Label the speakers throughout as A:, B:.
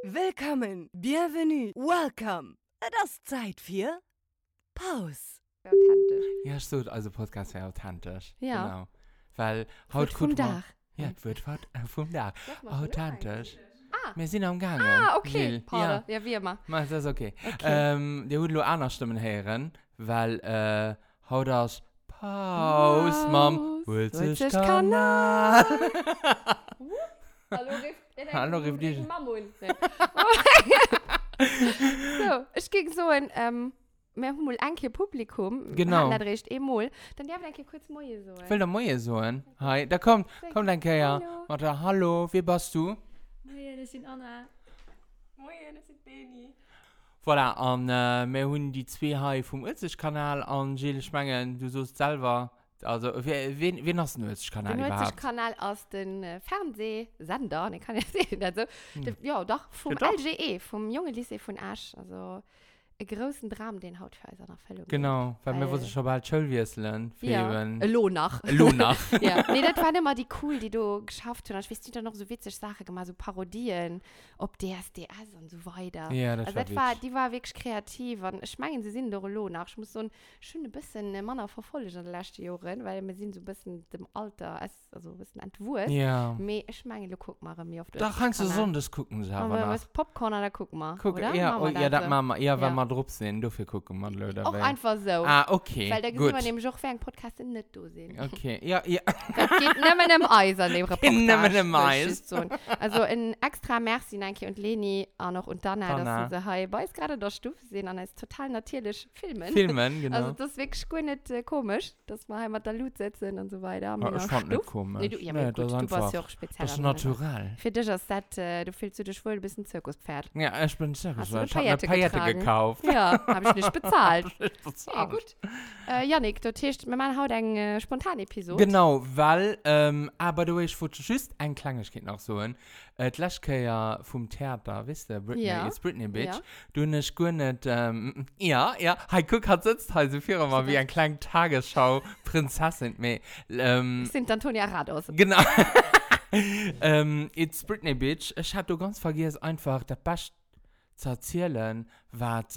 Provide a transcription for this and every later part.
A: Willkommen, bienvenue, welcome. Das ist Zeit für Pause.
B: Authentisch.
C: Ja, stimmt, also Podcast wäre authentisch.
B: Ja.
C: Genau. Weil
B: Wird vom Dach.
C: Ja, es wird vom Dach. Authentisch.
B: Ah.
C: Wir sind am Gange.
B: Ah, okay.
C: Jill.
B: Pardon. Ja, wie immer.
C: Das ist okay.
B: Okay.
C: Die würden nur andere Stimmen hören, weil haut das Pause, Mom.
B: Wulzig Kanal.
C: Hallo, Riff dich.
B: So, ich ging so ein, wir haben mal ein Publikum.
C: Genau.
B: Wir hatten recht einmal. Dann darf ich kurz Moje so.
C: Ich will da Moje sagen. Hi, da kommt danke ja.
B: Hallo.
C: Warte, hallo, wie bist du?
D: Moje, das sind Anna. Moje, das sind Beni.
C: Voilà, und wir haben die zwei Hai vom Ulzig-Kanal und Jill Schmengen, du sollst selber, also, wen hast du den Ulzig-Kanal
B: Den
C: überhaupt?
B: Kanal aus den Fernsehsender, ich kann ja sehen, also, ja, doch, vom
C: Ja, doch.
B: LGE, vom Jungen Lycée von Asch, also, einen großen Dram, den haut für unsere Fälle.
C: Genau, weil wir
B: Weil-
C: wussten schon bald Schulwieseln für
B: Ja,
C: eben
B: Lohnach.
C: Lohnach.
B: Ja, nee, das waren immer die cool, die du geschafft hast. Ich weiß nicht, da noch so witzige Sachen gemacht, so Parodien, ob DSDS und so weiter.
C: Ja, das
B: Also
C: war
B: das war,
C: witzig.
B: die war wirklich kreativ und ich meine, sie sind doch Lohnach. Ich muss so ein schön ein bisschen Männer verfolgen in den letzten Jahren, weil wir sind so ein bisschen dem Alter, also ein bisschen entwurst.
C: Ja.
B: Aber ich meine, du guck mal mir auf
C: Da kannst du Sonntag gucken,
B: Aber
C: selber
B: was
C: nach.
B: Popcorn, da guck mal.
C: Guck,
B: oder?
C: ja,
B: Machen wir
C: ja, das
B: so?
C: machen wir. Ja, wenn
B: Ja.
C: wir drauf sind, dafür gucken wir, Leute.
B: Auch
C: weil-
B: einfach so.
C: Ah, okay,
B: Weil da gibt
C: gut.
B: es nämlich auch für einen Podcast nicht da sind.
C: Okay, ja, ja.
B: Das geht nicht mit dem Eis an dem Reportage.
C: Nicht mit dem
B: will ich
C: Eis.
B: jetzt sagen. Also ein extra Merci, Nanki und Leni auch noch und Dana,
C: Dana.
B: dass sie hier bei uns gerade der Stufe sehen und es total natürlich filmen.
C: Filmen, genau.
B: Also das ist wirklich gar nicht komisch, dass wir hier mit der Lut sitzen und so weiter.
C: Ah, ich fand nicht komisch.
B: Nee, du, ja,
C: Nee,
B: gut,
C: das ist
B: du
C: einfach-
B: warst ja auch speziell.
C: Das ist natural.
B: Für dich ist das, du fühlst dich wohl ein bisschen Zirkuspferd.
C: Ja, ich bin seriös.
B: Hast du eine
C: Ich habe eine
B: Paillette
C: Paillette
B: getragen?
C: gekauft.
B: Ja, habe ich nicht bezahlt.
C: Ich
B: Ja,
C: bezahlt.
B: gut. Janik, du tätst, wir machen heute eine spontane Episode.
C: Genau, weil, aber du ich wollte just ein Kleinigkeit noch so. Die letzte ja vom Theater, wisst ihr, Britney,
B: Ja.
C: it's Britney Bitch.
B: Ja.
C: Du nicht gut nicht, ja, hey, guck, hat sitzt halt so viel mal wie ein kleiner Tagesschau-Prinzessin.
B: Sind Antonia Rados.
C: Genau. It's Britney Bitch. Ich hab du ganz vergessen, einfach das Beste zu erzählen, was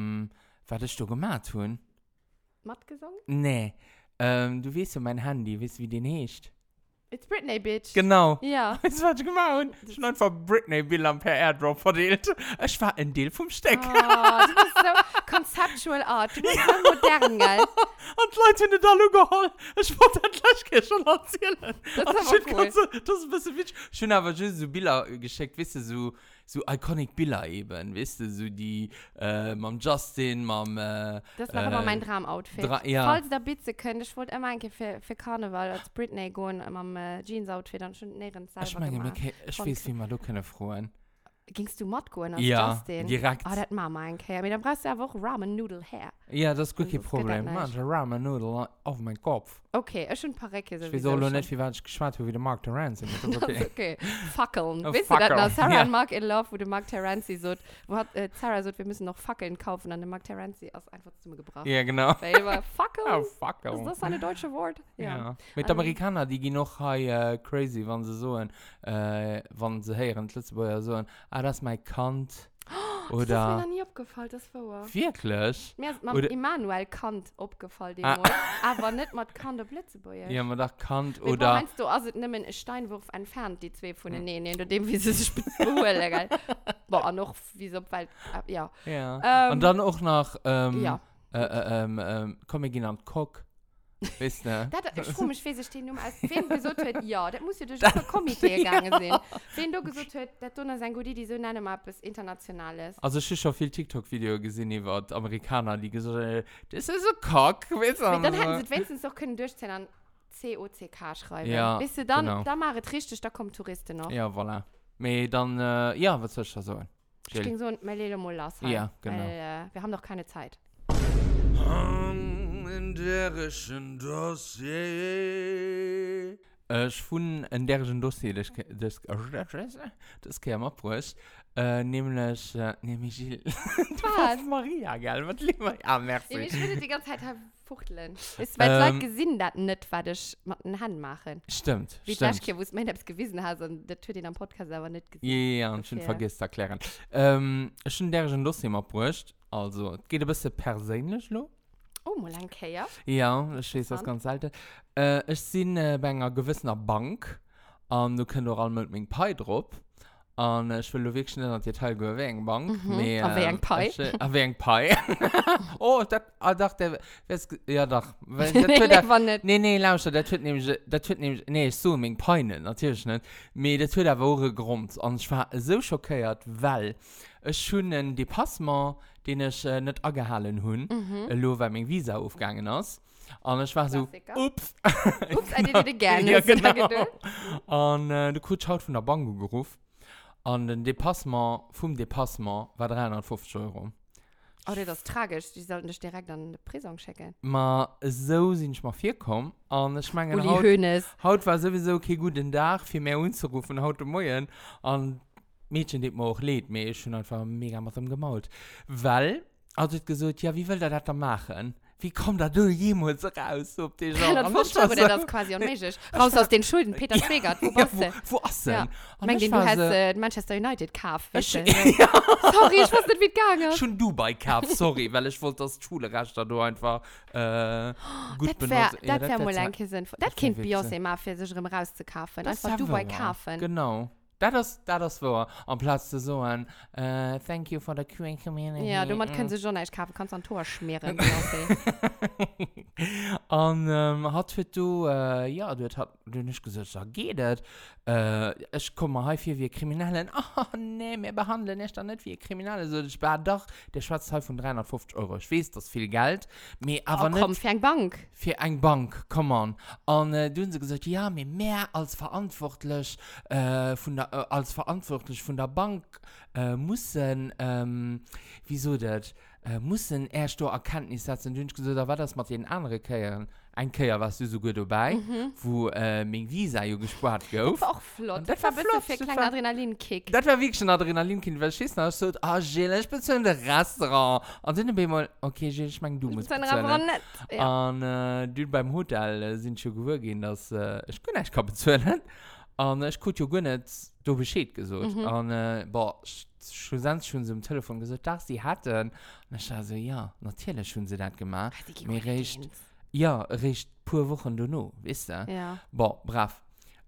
C: ich da gemacht habe.
B: Matt gesungen?
C: Nee. Du weißt ja mein Handy, weißt du, wie den heißt?
B: It's Britney, bitch.
C: Genau.
B: Ja.
C: Weißt du, was ich gemacht? Ich habe einfach Britney-Bilder per Airdrop verteilt. Ich war ein Teil vom Steck.
B: Oh, du bist so conceptual art. Du bist so modern, gell?
C: Und die Leute haben da geholt. Ich wollte das gleich schon erzählen.
B: Das ist
C: Und
B: aber
C: ich
B: cool.
C: das ist ein bisschen witzig. Ich habe aber schon so Bilder geschickt, weißt du, so iconic Bilder eben, weißt du, so die mit Justin, mit
B: Das war immer mein Drama-Outfit.
C: ja.
B: Falls da bitte könnt, ich wollte immer eigentlich für Karneval als Britney gehen, mit dem Jeans-Outfit und schon nirgends selber
C: Ich meine,
B: gemacht.
C: ich weiß, wie man da können freuen.
B: Gingst du Matt gehen als
C: Ja,
B: Justin?
C: direkt.
B: Ah, das machen wir eigentlich. Aber dann brauchst du einfach Ramen-Nudel her.
C: Ja, das ist gut, kein
B: Das geht
C: Problem.
B: nicht.
C: Man, Ramen Nudel auf meinen Kopf.
B: Okay, ich schon ein paar Recke.
C: Ich weiß auch noch nicht, wie weit ich geschwärzt habe, wie der Mark Terence. Das ist
B: Das
C: okay.
B: ist okay. Fackeln.
C: Oh,
B: Weißt du das
C: Fackeln,
B: noch? Sarah
C: ja.
B: und Mark in Love, wo der Mark Terenzi so, wo hat Sarah so, wir müssen noch Fackeln kaufen, und der Mark Terenzi ist einfach zu mir gebracht.
C: Ja, genau.
B: Weil er war Fackeln.
C: Oh, fuck.
B: Ist das ein deutsches Wort?
C: Ja. Mit
B: Also-
C: Amerikanern, die gehen noch crazy, wenn sie so, wenn sie hören, die Letzte so, das ist mein Kant.
B: Das ist mir
C: Oder.
B: noch nie aufgefallen, das war.
C: Wirklich?
B: Mir ist
C: Oder-
B: mit Immanuel Kant aufgefallen, die
C: Ah.
B: Mal, aber nicht mit Kant der Blitzebäuer.
C: Ja, man dachte Kant
B: Oder
C: oder.
B: meinst du, also nicht mehr ein Steinwurf entfernt, die zwei von den Nähen, dem, wie sie sich beholen, gell? Boah, noch wie so, weil, ja.
C: Ja. Und dann auch noch.
B: Ja.
C: Komm, ich genannt Cock. Weißt du?
B: Ich frage mich, wie sich den Nummer als wen gesagt hat, ja, das muss ja durch ein Komitee gegangen sein. Wen du gesagt hat, das ist ein Goodie, die so nennen wir etwas Internationales.
C: Also, ich habe schon viel TikTok-Video gesehen über die Amerikaner, die gesagt haben, das ist ein Cock. Weißt du?
B: Dann hätten sie wenigstens auch können durchziehen an COCK schreiben.
C: Ja,
B: Weißt du, dann
C: genau.
B: da macht es richtig, da kommen Touristen noch.
C: Ja, voilà. Aber dann, ja, was soll ich da sagen?
B: Ich ging so ein Melele mal lassen.
C: Ja, genau.
B: Weil, wir haben noch keine Zeit.
C: In derischen Dossier. Ich fand in der Dossier, das käme abbrüch, nämlich Gilles.
B: Was?
C: Maria, gell? Was lieber? Ah, merci.
B: Ich würde die ganze Zeit fuchteln. Ist, weil Leute gesehen das nicht, was ich mit den Händen mache.
C: Stimmt,
B: Wie
C: stimmt.
B: Taschke, wo es mein gewesen hat und das tut ihn am Podcast aber nicht gesehen.
C: Ja, und schon
B: Okay.
C: vergisst zu erklären. Ich schon der Dossier abbrüch, also, es geht ein bisschen persönlich, lo?
B: Oh, mal ein Keier.
C: Ja, ich weiß das ganz alte. Ich bin bei einer gewissen Bank und du kannst auch alle mit meinem Pi drauf. Und ich will wirklich nicht an die Detail gehen wegen Bank.
B: Aber wegen Pi?
C: Wegen Pi. Oh, das dachte ich, ja doch. Weil das
B: Nee,
C: tut er-
B: lieber nicht.
C: Nee, lausche, das tut nämlich, nee, so mein Pi nicht, natürlich nicht. Aber das tut aber auch einen Grund. Und ich war so schockiert, weil ich schon ein Depassement, den ich nicht angehalten habe, weil mein Visa aufgegangen ist. Und ich war so,
B: Klassiker.
C: ups.
B: Ups, I did it again.
C: Ja,
B: Ist das
C: genau.
B: gedacht?
C: Und der Coach hat von der Bank gerufen. Und ein Depassement vom Depassement war 350 €.
B: Oh, das ist tragisch. Die sollten dich direkt an die Prison checken.
C: Ma so sind ich mal vier gekommen. Und ich meine,
B: Uli Hoeneß.
C: Haut war sowieso kein guten Tag, viel mehr anzurufen heute Morgen. Und Mädchen, die mir auch lädt, mir ist schon einfach mega mit dem gemalt. Weil, also ich gesagt, ja, wie will der das da machen? Wie kommt da du jemals raus? Ob die Genre?
B: 350 Euro, das ist quasi unmöglich. Raus aus den Schulden, Peter Zwegert, wo bist du?
C: Wo ist
B: Ja.
C: denn?
B: Ich meine, du hast Manchester United gekauft. weißt du?
C: Ja.
B: Sorry, ich weiß nicht, wie es gegangen ist.
C: Schon Dubai Cup, sorry, weil ich wollte das Schule-Recht da du einfach gut
B: Das
C: benutzen.
B: wäre mal ein Sinn. Das
C: wär
B: Kind
C: witzig.
B: Beyoncé mal für sich rauszukaufen.
C: Das
B: Einfach
C: ist
B: Dubai
C: wahr.
B: kaufen.
C: Genau. Das war am Platz zu so ein Thank you for the queer community.
B: Ja, du können sie schon nicht kaufen, kannst an Tor schmieren. Beyoncé.
C: Und hat für du, ja, du nicht gesagt, ja, geht das? Ich komme mal hier wie Kriminellen. Oh, nee, wir behandeln nicht wie Kriminelle. Also, ich war doch der schwarze Teil von 350 €. Ich weiß, das ist viel Geld. Aber
B: Oh,
C: nicht
B: komm, für eine Bank.
C: für eine Bank, come on. Und du haben sie gesagt, ja, wir mehr als verantwortlich von der Bank müssen, wieso das, müssen erst da Erkenntnis setzen. Du hast gesagt, da war das mit den anderen Keiern. Ein Keier warst du so gut dabei, wo mein Visa ja gespart
B: Das
C: gouf.
B: war auch flott.
C: Und das war
B: ein bisschen
C: flott,
B: für
C: das
B: einen kleinen
C: war-
B: Adrenalinkick.
C: Das war wirklich ein Adrenalinkind, weil ich weiß noch, ich so, Gilles, ich bezahle ein Restaurant. Und dann bin ich mal, okay, Gilles, ich meine, du musst
B: Das ist
C: bezahlen.
B: aber nett. Ja.
C: Und du beim Hotel sind schon gewöhnt, dass ich gar nicht bezahlen. Und ich konnte ja gar nicht da Bescheid gesagt. Und boah, schon so im Telefon gesagt, dass sie hatten. Und ich war so, ja, natürlich haben sie das gemacht.
B: Die gehen
C: Mir
B: auch
C: recht,
B: ins.
C: ja, recht paar Wochen danach, wisst ihr?
B: Ja.
C: Boah, brav.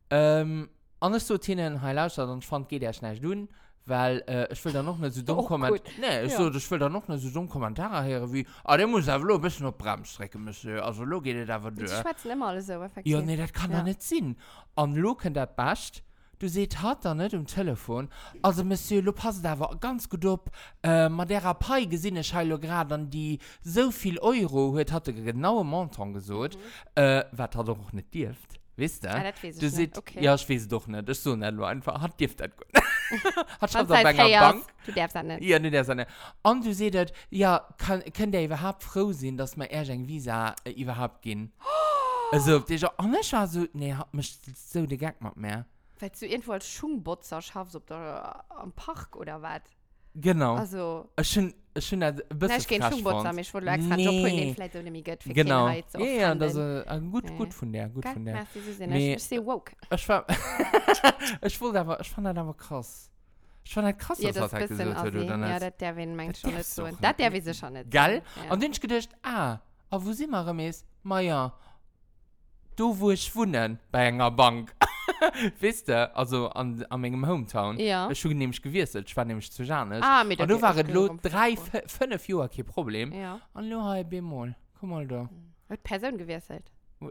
C: Anders so Tinen heilauscht und ich fand, geht erst nicht tun, weil ich will da noch nicht so dumm
B: Oh,
C: Kommentare.
B: gut.
C: Nee, ich will da noch nicht so dumm Kommentare hören wie, der muss aber ein bisschen auf Bremsstrecke, Monsieur. Also, lo geht es aber
B: Die
C: durch.
B: schwätzen immer alle so, effektiv.
C: Ja, nee, das kann
B: Ja.
C: doch nicht sein. Und lo kann das passt. Du seht, hat er nicht im Telefon. Also, Monsieur, du passt aber ganz gut auf. Mit der Pai gesehen, ich habe gerade an die so viel Euro, hat er genau am Montan gesagt, was er doch nicht dürft. Wisst ihr?
B: Ah, das weiß ich
C: Du
B: nicht.
C: seht,
B: Okay.
C: ja, ich weiß doch nicht. Das ist so nicht nur einfach. Hat dürft das gut. Hat schon
B: Was
C: so bei
B: heißt
C: einer
B: Chaos?
C: Bank.
B: Du darfst das nicht.
C: Ja, nee, das ist nicht. Und du seht, ja, kann der überhaupt froh sein, dass wir erst ein Visa überhaupt gehen? Also, der so, und ich war so, nee, hat mich so der Gag mit mir.
B: Weil du irgendwo als Schungbotzer schaffst, ob da am Park oder was.
C: Genau.
B: Also,
C: Ich schon ein bisschen
B: nein, ich gehe
C: fresh
B: Schungbotzer,
C: fand.
B: aber ich wollte extra
C: Nee.
B: Job holen, den vielleicht so nämlich geht für
C: Genau.
B: Kinder jetzt
C: Ja, ja, das
B: aufhandeln.
C: ist gut,
B: Nee.
C: gut von der, gut
B: Geil,
C: von der.
B: merci, Susanne.
C: Nee.
B: Ich sehe woke.
C: Ich war, ich fand das aber krass. Ich fand das krass,
B: Ja,
C: dass
B: das
C: das
B: ist ein bisschen
C: gesagt hat,
B: assi.
C: oder
B: Ja,
C: nicht?
B: das der wen manchmal
C: Das
B: schon nicht
C: darfst
B: so.
C: du doch
B: Das
C: nicht.
B: der weiß ich schon nicht.
C: Geil?
B: Ja.
C: Und dann hab ich gedacht, aber wo sind wir, Remis? Ja, du, wo ich wohne, bei einer Bank. Wisst ihr, also an meinem Hometown.
B: Ja.
C: Ich bin nämlich gewesen, ich war nämlich zu Janis.
B: Mit
C: Und
B: der
C: du waren
B: Ge-
C: lo
B: um
C: 5 Jahre kein Problem.
B: Ja.
C: Und du hast mal, komm mal da.
B: Wird Person gewesen.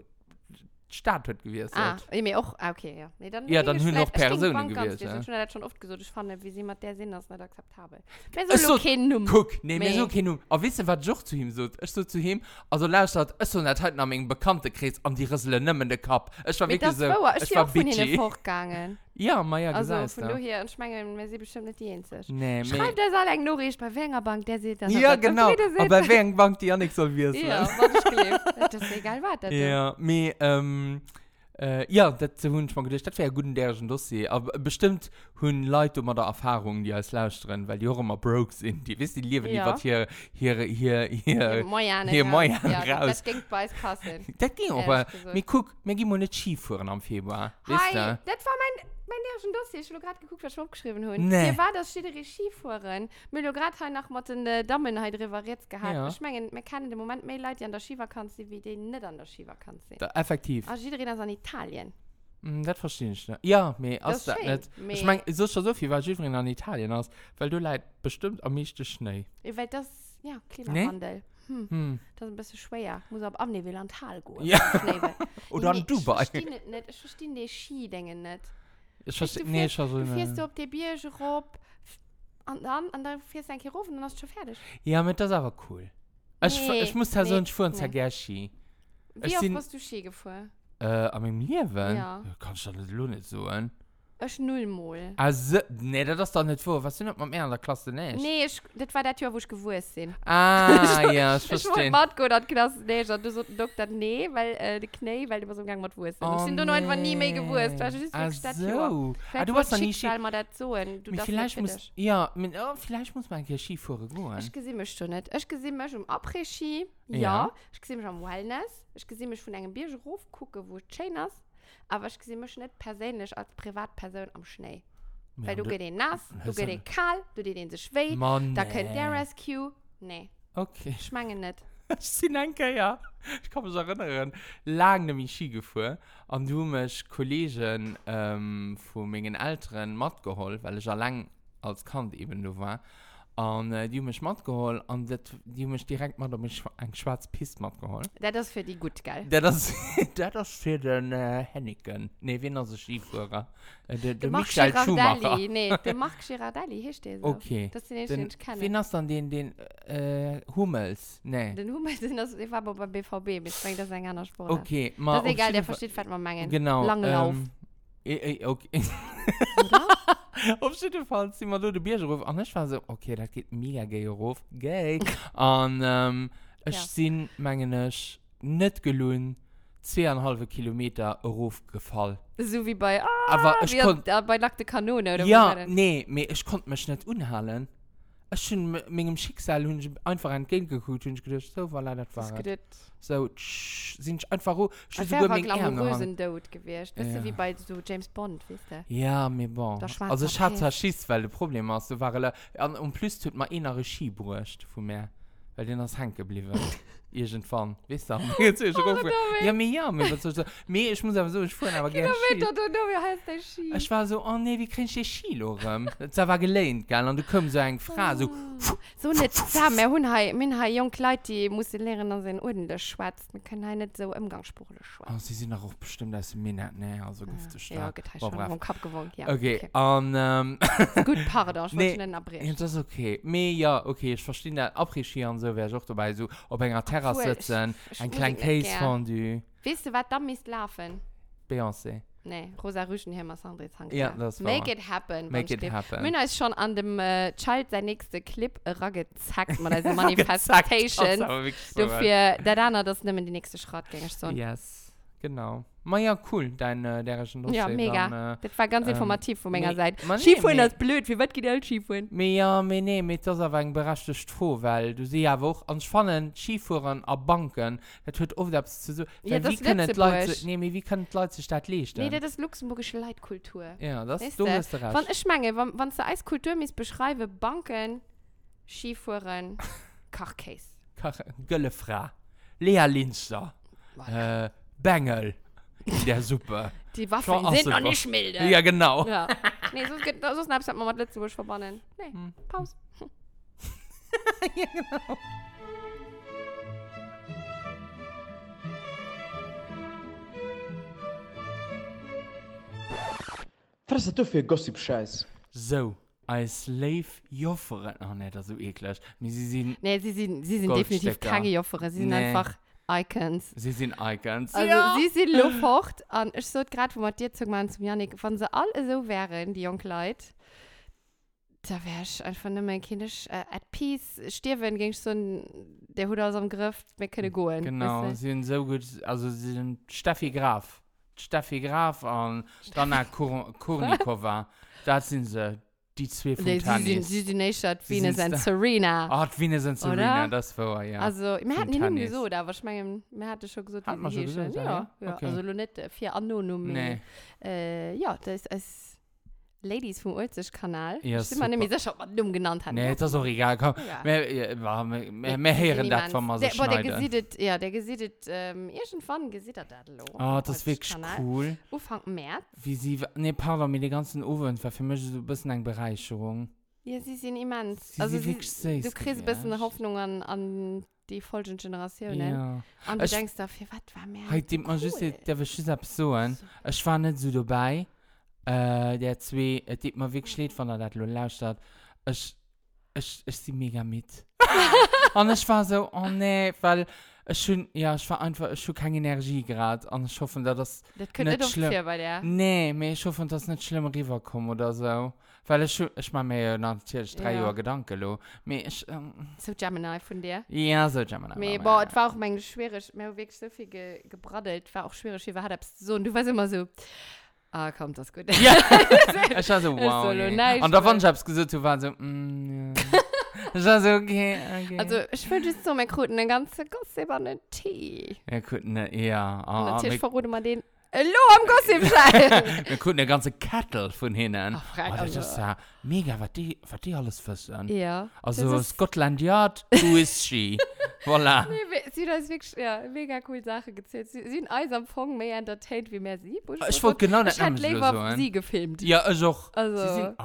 C: Die Stadt hat gewesen.
B: Mir auch. Okay, ja. Nee, dann
C: Ja, dann
B: ich
C: haben noch
B: vielleicht- stimmt,
C: Personen
B: Bank ganz,
C: gewesen,
B: die
C: ja.
B: sind schon das schon oft gesagt, ich fand, wie sie mit der Sinn das nicht akzeptabel.
C: Ist
B: Wer
C: so-
B: soll kein Numm?
C: Guck, nee, mir
B: Nee.
C: so kein Num. Aber wisst ihr, was ich auch zu ihm so? Ich so zu ihm, also lauscht, ich so nicht heute nach meinem Bekanntenkreis an die Rüssel nehmen in den Kopf. Ich war
B: Mit
C: wirklich
B: das
C: so,
B: war, ich
C: ich
B: bin
C: war
B: auch von ihnen
C: bitchy.
B: vorgegangen.
C: Ja, Maja,
B: Also
C: gesagt.
B: von daher, und ich meine, wir sind bestimmt nicht die Einzige.
C: Nee,
B: Schreibt der Saal eine Nachricht bei Wengerbank, der sieht das.
C: ja,
B: ob das
C: genau.
B: wieder sieht.
C: Aber wer Bank die ja nicht soll wissen.
B: Ja, was ich gelebt. Das ist egal, was das ist.
C: Ja, mir, Ja, das habe ich mal gedacht, das wäre ein guter derischen Dossier. Aber bestimmt haben Leute immer da Erfahrungen, die als Lauscherin, weil die auch immer broke sind. Die wissen, die leben
B: Ja.
C: lieber hier
B: Moin
C: Mojan
B: ja,
C: raus.
B: das ging bei uns passen.
C: Das ging
B: Ehrlich
C: aber.
B: gesagt.
C: Wir gucken, wir gehen mal nicht Skifahren am Februar. Wisst
B: Hi,
C: ihr?
B: das war mein ersten Dossier. Ich habe gerade geguckt, was ich aufgeschrieben habe.
C: Nee.
B: Hier war das Schiedere Skifahren. Wir haben gerade heute nach mit den Damen heute rivariert gehabt.
C: Ja.
B: Ich meine, wir kennen im Moment mehr Leute, die an der Skivakanz sind, wie die nicht an der Skivakanz sind.
C: Da, effektiv.
B: Also jeder ist an Italien.
C: Das verstehe ich nicht. Ja, aber
B: Das
C: das
B: ist
C: nicht.
B: schön.
C: Ich meine, so schon so viel, weil ich in Italien aus, weil du leid bestimmt am meisten Schnee.
B: Weil das, ja, Klimawandel.
C: Hm.
B: Das ist ein bisschen schwer. Muss ab Amneville an Tal gehen.
C: Ja.
B: Schneewelt.
C: Oder
B: Nee,
C: in Dubai.
B: Ich verstehe nicht. Ich verstehe die Ski-Dinge nicht.
C: Ich verstehe,
B: Du
C: nee,
B: fährst-
C: ich verstehe
B: Du fährst
C: nicht.
B: du auf die Bierge rauf, und dann fährst du ein rauf und dann hast du schon fertig.
C: Ja, mit das ist aber cool.
B: Nee,
C: Ich muss persönlich fahren,
B: nee.
C: sehr gerne Ski.
B: Wie
C: Ich
B: oft
C: sind-
B: hast du Ski gefahren?
C: An meinem Leben?
B: Ja.
C: Kannst du das nicht so an?
B: Ich nullmal.
C: Also, nee, das ist doch nicht vor. Was sind das mit mir in der Klasse nicht?
B: Nee, das war das Jahr, wo ich gewusst bin.
C: Ah, ja, ich
B: Ich wollte
C: verstehe.
B: mal gut an die Klasse nicht. Und du so, Doktor, nee, weil die Knie, weil die immer so gegangen mit Wurst. Und ich bin da noch einfach nie mehr gewusst. Weil ich ist wirklich das Jahr.
C: so.
B: Vielleicht
C: Du
B: wird
C: hast noch nie Ski.
B: Schicksal mal dazu. Und du darfst
C: Vielleicht
B: nicht
C: muss,
B: für dich.
C: ja, vielleicht muss man hier Ski fahren gehen.
B: Ich sehe mich schon nicht. Ich sehe mich am Après-Ski.
C: Ja.
B: Ja. Ich sehe mich am Wellness. Ich sehe mich von einem Biergeruf gucken, wo es schön ist. Aber ich sehe mich nicht persönlich als Privatperson am Schnee. Weil du gehst nass, du gehst kalt, du gehst sich weh.
C: Mann,
B: Da könnt der Rescue. Nee,
C: Okay.
B: ich meine nicht.
C: Ich bin ein ja. Ich kann mich erinnern, lange nämlich Ski gefahren. Und du mich Kollegen von meinen Eltern mitgeholt, weil ich ja lang als Kind eben da war. Und die haben mich mitgeholt und die haben mich direkt mal eine schwarze Piste mitgeholt.
B: Das ist für die gut, geil.
C: Das ist für den Henneken. Nee, wen ist der Skifahrer? Der
B: Marc
C: Michael Schumacher.
B: Girardelli. Nee, der Marc Girardelli, hier steht so.
C: Okay.
B: Das ist den, den ich kenne.
C: Wen ist dann den Hummels? Nee.
B: Den Hummel sind das, ich war aber beim BVB, ich denke, das ist ein anderer Sport.
C: Okay,
B: Das
C: mal
B: ist egal,
C: auf
B: der
C: jeden Fall-
B: versteht, was man meinen.
C: Genau.
B: Lange Lauf.
C: Okay.
B: Oder?
C: Auf jeden Fall sind wir da den Biergeruf und ich war so, okay, das geht mega gay rauf, gay. Und ich
B: Ja.
C: sind, meine ich, nicht gelohnt, 2,5 Kilometer raufgefallen.
B: So wie bei,
C: Aber ich
B: wie
C: konnte,
B: bei Nackte Kanone, oder was
C: ja,
B: war das?
C: nee, aber ich konnte mich nicht unhalten. Ich bin mit meinem Schicksal und ich einfach entgegengeguckt und ich gedacht, so, voilà, das
B: Das
C: war
B: ist
C: es.
B: gedacht.
C: So, sind ich einfach ruhig. Ich
B: Das
C: bin
B: wäre
C: sogar
B: ein
C: mit Armen
B: glamourösen Tod gewesen. Weißt
C: Ja.
B: du, wie bei so James Bond, weißt du?
C: Ja, mir bon.
B: Der schwarze
C: Also ich hatte
B: Pest.
C: Schiss, weil das Problem ist, du warst und plus tut man innere Skibrust von mir, weil den ist hängen geblieben. Irgendwann, weißt du? Jetzt ist ja, mir was soll ich sagen? Mir, ich muss aber so, ich fuhr aber gerne Ski.
B: Kilometer, du, wie heißt der Ski?
C: Ich war so, oh nee, wie kriegst du Ski, Lorem? Das war gelehnt, gell? Und du kommst so eine Frau, so,
B: So nicht zusammen. Wir haben junge Leute, die müssen lernen, dass sie ordentlich schwätzen. Wir können halt nicht so umgangssprachlich schwätzen.
C: oh, sie sind auch bestimmt, dass sie mir nicht, ne, also giftig.
B: Ja, geht halt
C: Boah,
B: schon
C: brav.
B: am Kopf gewohnt, ja.
C: Okay, und,
B: Gut, pardon, ich
C: Nee,
B: wollte nicht
C: ja,
B: abbrechen.
C: das ist okay. Me, ja, okay, ich verstehe das. Après-Skieren, so wäre ich auch dabei, so auf einer Terrasse
B: Obwohl,
C: sitzen,
B: ich
C: ein
B: muss
C: kleines
B: nicht gern.
C: Käsefondue,
B: Weißt du, was da müsst laufen?
C: Beyoncé.
B: Nee, Rosa Rüschenheimer, Sandra Zanka.
C: Ja, das war
B: Make it happen.
C: Make it happen.
B: Mina ist schon an dem Child sein nächster Clip rangezackt, man also
C: Das ist
B: Manifestation.
C: aber wirklich so,
B: Dafür, der Dana, das nimmt die nächste Schritt, ging ich so.
C: Yes, genau. Ma ja, cool, dein der ist schon
B: Ja, mega. Das war ganz informativ von meiner Seite. Skifahren ist blöd, wie weit geht der Skifahren?
C: Me ja, me nee, mit das aber ein berechtigt froh, weil du siehst ja auch, und spannend, Skifahren an Banken, das wird oft etwas zu so,
B: Ja,
C: weil
B: das
C: wie können die
B: Lützeburg.
C: Leute, nee, me, wie können die Leute sich das leisten?
B: Nee, das ist luxemburgische Leitkultur.
C: Ja, das
B: Weißt
C: du
B: du?
C: hast recht.
B: Ich meine, wenn du als Kultur beschreiben, Banken, Skifahren, Kochkäse.
C: Göllefra, Lea Linzer, Bengel, der Suppe.
B: Die Waffen
C: Schon
B: sind noch
C: ausgebracht.
B: nicht milde.
C: Ja, genau.
B: Ja. Nee, so snaps hat man mit Lützeburg verbannen. Nee, Pause.
C: Ja, genau.
E: Was ist das für Gossip-Scheiß?
C: So, als Slave Jofferen. Oh ne, das ist so eklig. Aber sie sind,
B: Nee, sie sind definitiv
C: Goldstecker.
B: keine Joffere. Sie sind
C: Nee.
B: einfach Icons.
C: sie sind Icons.
B: Also, sie sind Luftfort. Und ich so gerade, wo wir dir zum Janik, wenn sie alle so wären, die jungen Leute, da wäre ich einfach nicht mehr kindisch at peace. Stirben ging ich so der Hut aus dem Griff, wir können gehen.
C: Genau,
B: weißt
C: sie sind so gut. Also, sie sind Steffi Graf. Steffi Graf und Dana Kurnikova. Das sind sie, die zwei Fontanis.
B: Sie sind nicht Venus und Serena.
C: Ah, Venus und Serena,
B: Oder?
C: das war, ja.
B: Also, wir hatten die nicht
C: Fontanis.
B: gesagt, aber ich meine, wir hatten schon gesagt,
C: Hat man schon gesagt,
B: ja.
C: okay.
B: Also, nur nicht für Anonym.
C: Nee.
B: Ja, das ist Ladies vom Ulzig-Kanal.
C: Ja,
B: ich bin mir nicht mehr sicher, ob man dumm genannt hat.
C: Nee, das ist auch egal. Komm,
B: Ja.
C: wir hören das von mal so
B: Der
C: schneiden.
B: gesiedet, ja, der gesiedet, irgendwann gesiedet das lo.
C: Ah, das ist wirklich cool.
B: Anfang März.
C: Wie sie, nee, pardon, mit den ganzen Ohren, war für mich so ein bisschen eine Bereicherung.
B: Ja, sie sind immens.
C: Sie
B: Also,
C: sind wirklich süß
B: du kriegst ein bisschen
C: gewesen.
B: Hoffnung an die folgenden Generationen.
C: Ja.
B: Und du
C: Ich-
B: denkst dafür, was war mehr?
C: Heute denkt man just, der will schon etwas sagen. Ich war nicht so dabei. Der zwei, die mir wirklich schlägt, wenn das lauscht hat. Ich sie mega mit. Und ich war so, oh nee, weil ich war einfach, ich habe keine Energie gerade. Und ich hoffe, dass das
B: Das könnte
C: nicht
B: doch
C: schlimm.
B: für bei der.
C: Nee, aber ich hoffe, dass nicht schlimm rüberkommt oder so. Weil ich mache mir natürlich 3
B: Ja.
C: Jahre Gedanken. Aber ich,
B: So Gemini von dir.
C: ja, so Gemini.
B: Aber boah, es war auch mein schwierig. Mir hat wirklich so viel gebraddelt. War auch schwierig, wie war das so. Und du warst immer so, ah, kommt das gut.
C: Ja, ich war so,
B: Ist
C: wow.
B: so
C: Okay.
B: nice,
C: Und davon
B: weil-
C: habe ich gesagt, du warst so, ja. Ich war so, okay.
B: Also, ich würde jetzt so mal kurz einen ganzen Gossip an den Tee.
C: Ja, gut, ne, ja.
B: Und
C: Ah,
B: natürlich
C: wir,
B: verrate man den. Hallo am Gossip-Schein!
C: wir konnten eine ganze Kettle von hinten.
B: Ach, frag
C: Das
B: also.
C: ist ja mega, was die alles wissen.
B: Ja.
C: Also,
B: das ist-
C: Scotland Yard, who is she? Voilà.
B: Sie hat uns wirklich mega coole Sachen gezählt. Sie sind alles am Anfang mehr entertained wie mehr sie.
C: Ich wollte genau das
B: Ich hätte
C: nämlich
B: lieber
C: sagen.
B: sie gefilmt.
C: Ja, ich auch.
B: Also-
C: Sie sind,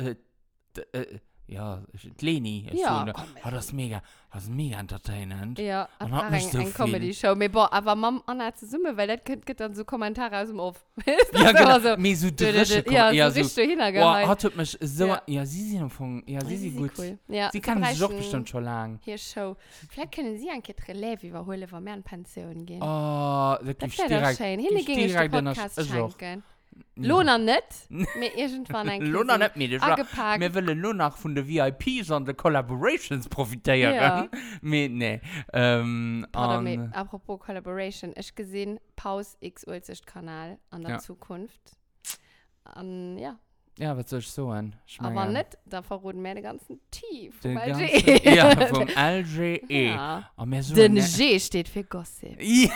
C: ja, Leni.
B: Ja,
C: So,
B: komm,
C: das ist mega entertainend.
B: Ja,
C: Und
B: das
C: hat
B: war
C: nicht
B: ein
C: so viel.
B: Comedy-Show. Aber Mom Anna zu Summe, weil das gibt dann so Kommentare aus dem Off.
C: Ja, genau.
B: So,
C: Mir so drische
B: ja, so richtig hingehauen.
C: hat mich so,
B: Ja.
C: ja, sie sind von, ja, sie sind gut.
B: Cool. Ja,
C: Sie kann sich doch
B: verbrechen
C: bestimmt schon lang.
B: Hier Show. Vielleicht können Sie ein Relais überholen, wenn wir in Pension gehen.
C: Oh, da
B: das
C: gibt's
B: wäre doch
C: direkt.
B: schön. Hin ging ich den Podcast schenken. Lohner nicht, mir irgendwann ein
C: Lohner nicht mehr.
B: angepackt.
C: Wir wollen nur noch von den VIPs und den Collaborations profitieren.
B: Ja.
C: Nee. Nee.
B: Apropos Collaboration, ich gesehen Pause X Ulzig-Kanal an der
C: Ja.
B: Zukunft. Ja,
C: Ja, was soll ich sagen?
B: aber nicht, da verroten wir den ganzen T vom
C: Den
B: LG.
C: ganzen, ja, vom LGE.
B: Ja.
C: Und wir so
B: Den G steht für Gossip.
C: Ja,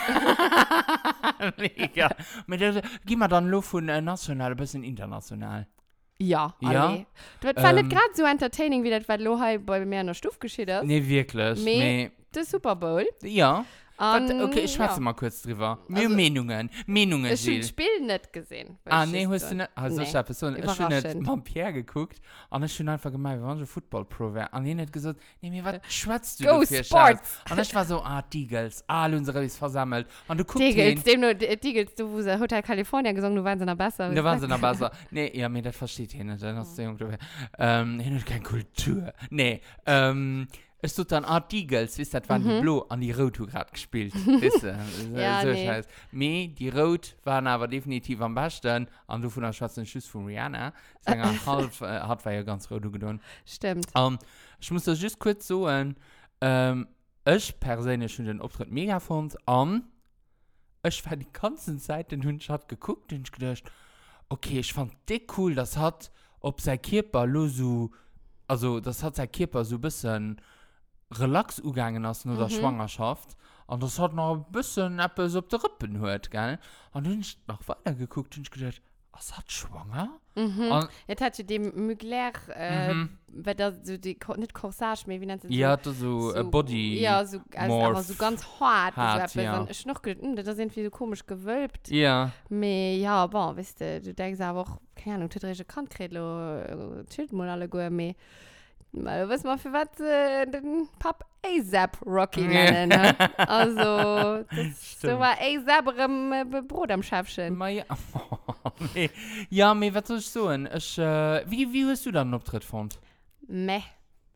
C: mega. Gib mal dann Luft von national ein bisschen international.
B: Ja,
C: Ja?
B: alle. Das war nicht gerade so entertaining, wie das bei Lohai bei mir in der Stufe geschieht ist.
C: Nee, wirklich.
B: Me- Der Super Bowl.
C: Ja.
B: Und,
C: Okay, ich schwätze
B: ja.
C: mal kurz drüber. Mehr
B: Also-
C: Meinungen,
B: Ich habe das
C: Gilles.
B: Spiel nicht gesehen.
C: Ah, nee, hast du nicht? Also,
B: Nee.
C: ich habe so, ich habe nicht
B: Überraschend.
C: mit Pierre geguckt und ich habe einfach gemeint, wir waren so Football-Pro. Und er hat gesagt, nee, mir was schwätzt du
B: Go
C: dafür,
B: Sports!
C: Schatz? Und ich war so, Deagles, alle unsere ist versammelt. Und du guckst
B: Diggles,
C: hin,
B: du wo sie Hotel California gesungen, du warst in der besser.
C: da waren sie noch besser. Nee, ja, mir das versteht ihr nicht, dann hast du irgendwie, er hat keine Kultur. Nee, es tut dann Deagles, wisst ihr, das waren die Blau und die Rot gerade gespielt. Wisst ihr?
B: Ja,
C: So
B: nee.
C: scheiß. Me, die Rot waren aber definitiv am besten. Und du von der schwarzen Schuss von Rihanna. Sänger halb hat war ja ganz rot getan.
B: Stimmt.
C: Ich muss das just kurz sagen. Ich persönlich schon den Auftritt mega fand. Und ich war die ganze Zeit den Hund hat geguckt und ich gedacht, okay, ich fand das cool, das hat, ob sein Körper so, also das hat sein Körper so ein bisschen relax gegangen ist in der Schwangerschaft. Und das hat noch ein bisschen etwas auf der Rippen gehört, gell? Und dann habe ich noch weiter geguckt und ich gedacht, was hat schwanger? Und,
B: Jetzt hat sie dem Mugler, weil da so die, nicht Corsage mehr, wie nennt sie
C: ja, das so, Body.
B: Ja, so, also,
C: Morph.
B: aber so ganz hart.
C: Hart,
B: so
C: ja.
B: Und ich noch gedacht, das ist irgendwie so komisch gewölbt.
C: Ja.
B: Aber ja, bon, weißt du denkst aber auch, keine Ahnung, das ist kein Kredlo, chillt mal alle gut, aber mal wissen wir, für was den Pap ASAP Rocky nennen. Ne? Also, das so war ASAP Brot am Schäfchen.
C: Ma ja. Nee. Ja, aber was soll ich sagen? Wie hast du dann einen Auftritt gefunden?
B: Meh.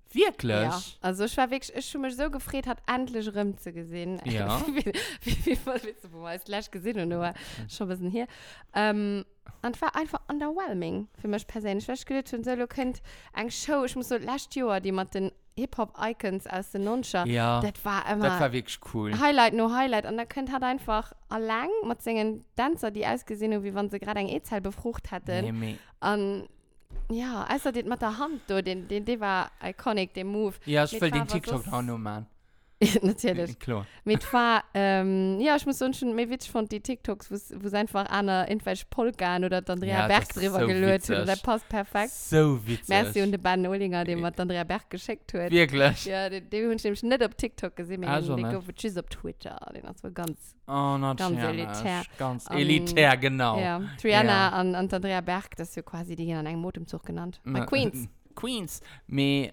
C: Wirklich?
B: Ja, also ich war wirklich, ich schon mich so gefreut, hat endlich Rümpze gesehen.
C: Ja.
B: wie voll willst du, wo man es gleich gesehen und nur schon ein bisschen hier. Und war einfach underwhelming für mich persönlich. Weil ich gedacht habe, so, du könnt eine Show, ich muss so letztes Jahr, die mit den Hip-Hop-Icons aus den 90ern,
C: Ja.
B: das war immer
C: Das war wirklich cool.
B: Highlight, no Highlight. Und da könnt halt einfach allein mit singen Tänzer, die ausgesehen haben, wie wenn sie gerade ein E-Zahl befrucht hätten.
C: Nee.
B: Und ja, also den mit der Hand, den war iconic, den Move.
C: Ja, ich
B: Mit
C: will den
B: Farbe,
C: TikTok
B: was
C: auch noch machen.
B: Natürlich.
C: Klar.
B: Mit war, ja, ich muss so schon mehr witzig von die TikToks, wo es einfach Anna irgendwelche Polkan oder Andrea
C: Ja,
B: Berg
C: das ist
B: drüber
C: so
B: gelöst hat.
C: witzig.
B: Das passt perfekt.
C: So witzig.
B: Merci und den beiden Olinger, den mit Andrea Berg geschickt hat.
C: Wirklich?
B: Ja, den habe ich nämlich nicht auf TikTok gesehen,
C: Also
B: den
C: nicht.
B: auf Tschüss auf Twitter. Den das war ganz,
C: Oh, natürlich.
B: Ganz elitär.
C: Ganz
B: Um,
C: elitär, genau.
B: ja. Triana
C: Ja.
B: und Andrea Berg, das ist ja quasi die an einem Motemzug genannt. Bei
C: Ma-
B: Queens.
C: Queens. Me,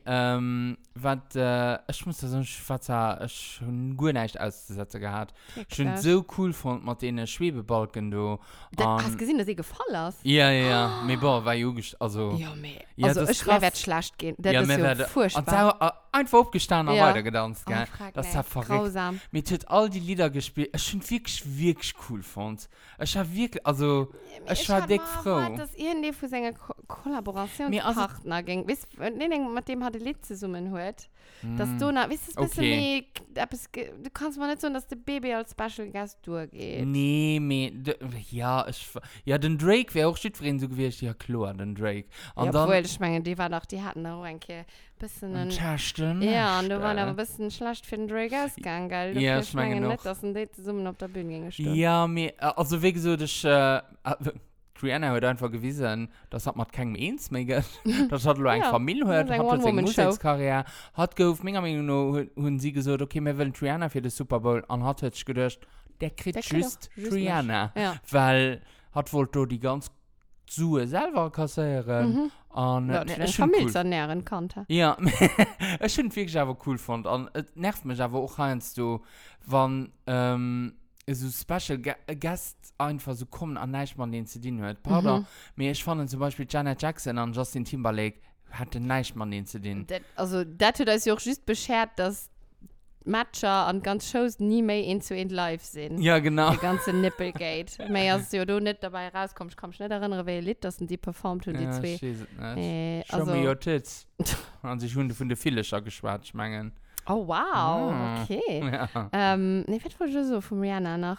C: ich muss das schon gut nicht auszusetzen gehabt. Schon so cool von mit den Schwebebalken da.
B: Hast du gesehen, dass sie gefallen ist?
C: Ja. Me, boah, war jugisch, also.
B: Ja, mehr.
C: Ja,
B: Also,
C: das ist
B: ich
C: krass.
B: werde schlecht gehen. Das ist
C: mir
B: ja
C: werde- Und
B: furchtbar.
C: so, einfach aufgestanden und
B: Ja.
C: weitergedanzt, gell?
B: frag
C: Das
B: nicht.
C: ist ja verrückt.
B: Grausam.
C: Mir tut all die Lieder gespielt. Ich finde wirklich cool fand. Ich war wirklich, also, ich war dick froh.
B: Dass irgendwie für seine Kollaborationspartner ging. Weißt du, mit dem hat er Lied zusammen hört. Dass du, weißt du, es ein bisschen
C: Okay.
B: mehr, du kannst mal nicht so, dass der Baby als Special Guest durchgeht.
C: Nee, ja, den Drake wäre auch shit für ihn so gewesen. Ja, klar, den Drake. Und
B: Ja,
C: dann,
B: obwohl, ich meine, die hatten auch ein bisschen
C: und Kerstin.
B: ja, und du warst aber ein bisschen schlecht für den Drake ausgegangen, gell?
C: Ja,
B: Ich
C: ich meine
B: meine
C: noch.
B: nicht, dass ein Date zusammen auf der Bühne ging.
C: Ja, also, wie gesagt, Rihanna hat einfach gewiesen, das hat man keinem eins mehr gegeben. Das hat nur eine
B: Ja,
C: Familie
B: das
C: gehört,
B: ist eine
C: hat jetzt eine
B: One-Woman-Show.
C: Musikkarriere, hat gehofft, meiner Meinung nach, haben sie gesagt, okay, wir wollen Rihanna für den Super Bowl. Und hat jetzt gedacht, der kriegt
B: Der kriegt
C: just
B: doch just
C: Rihanna.
B: Ja.
C: Weil, hat wohl da die ganze Sue selber kassieren. Und,
B: Ja,
C: nee,
B: die
C: ich find
B: Familie
C: cool.
B: ernähren konnte.
C: Ja, ich finde wirklich aber cool fand. Und es nervt mich aber auch eins, du, wenn so Special Guests einfach so kommen an nicht mal den zu dienen hört. Pardon, mir ich fand zum Beispiel Janet Jackson und Justin Timberlake hatten nicht mal den zu dienen.
B: Also, das hat uns ja auch just beschert, dass Matcher und ganz Shows nie mehr in live sind.
C: Ja, genau.
B: Die ganze Nipplegate. Mehr als du nicht dabei rauskommst, kannst du nicht erinnern, welche Lied das sind, die performt haben, die
C: Ja,
B: zwei.
C: ich weiß es nicht. Show
B: Also,
C: me your tits. Und sich Hunde von der Filischer geschwärzt, ich meine.
B: oh, wow,
C: Ah.
B: okay.
C: Ja.
B: Nee, was wollte ich so von Rihanna noch?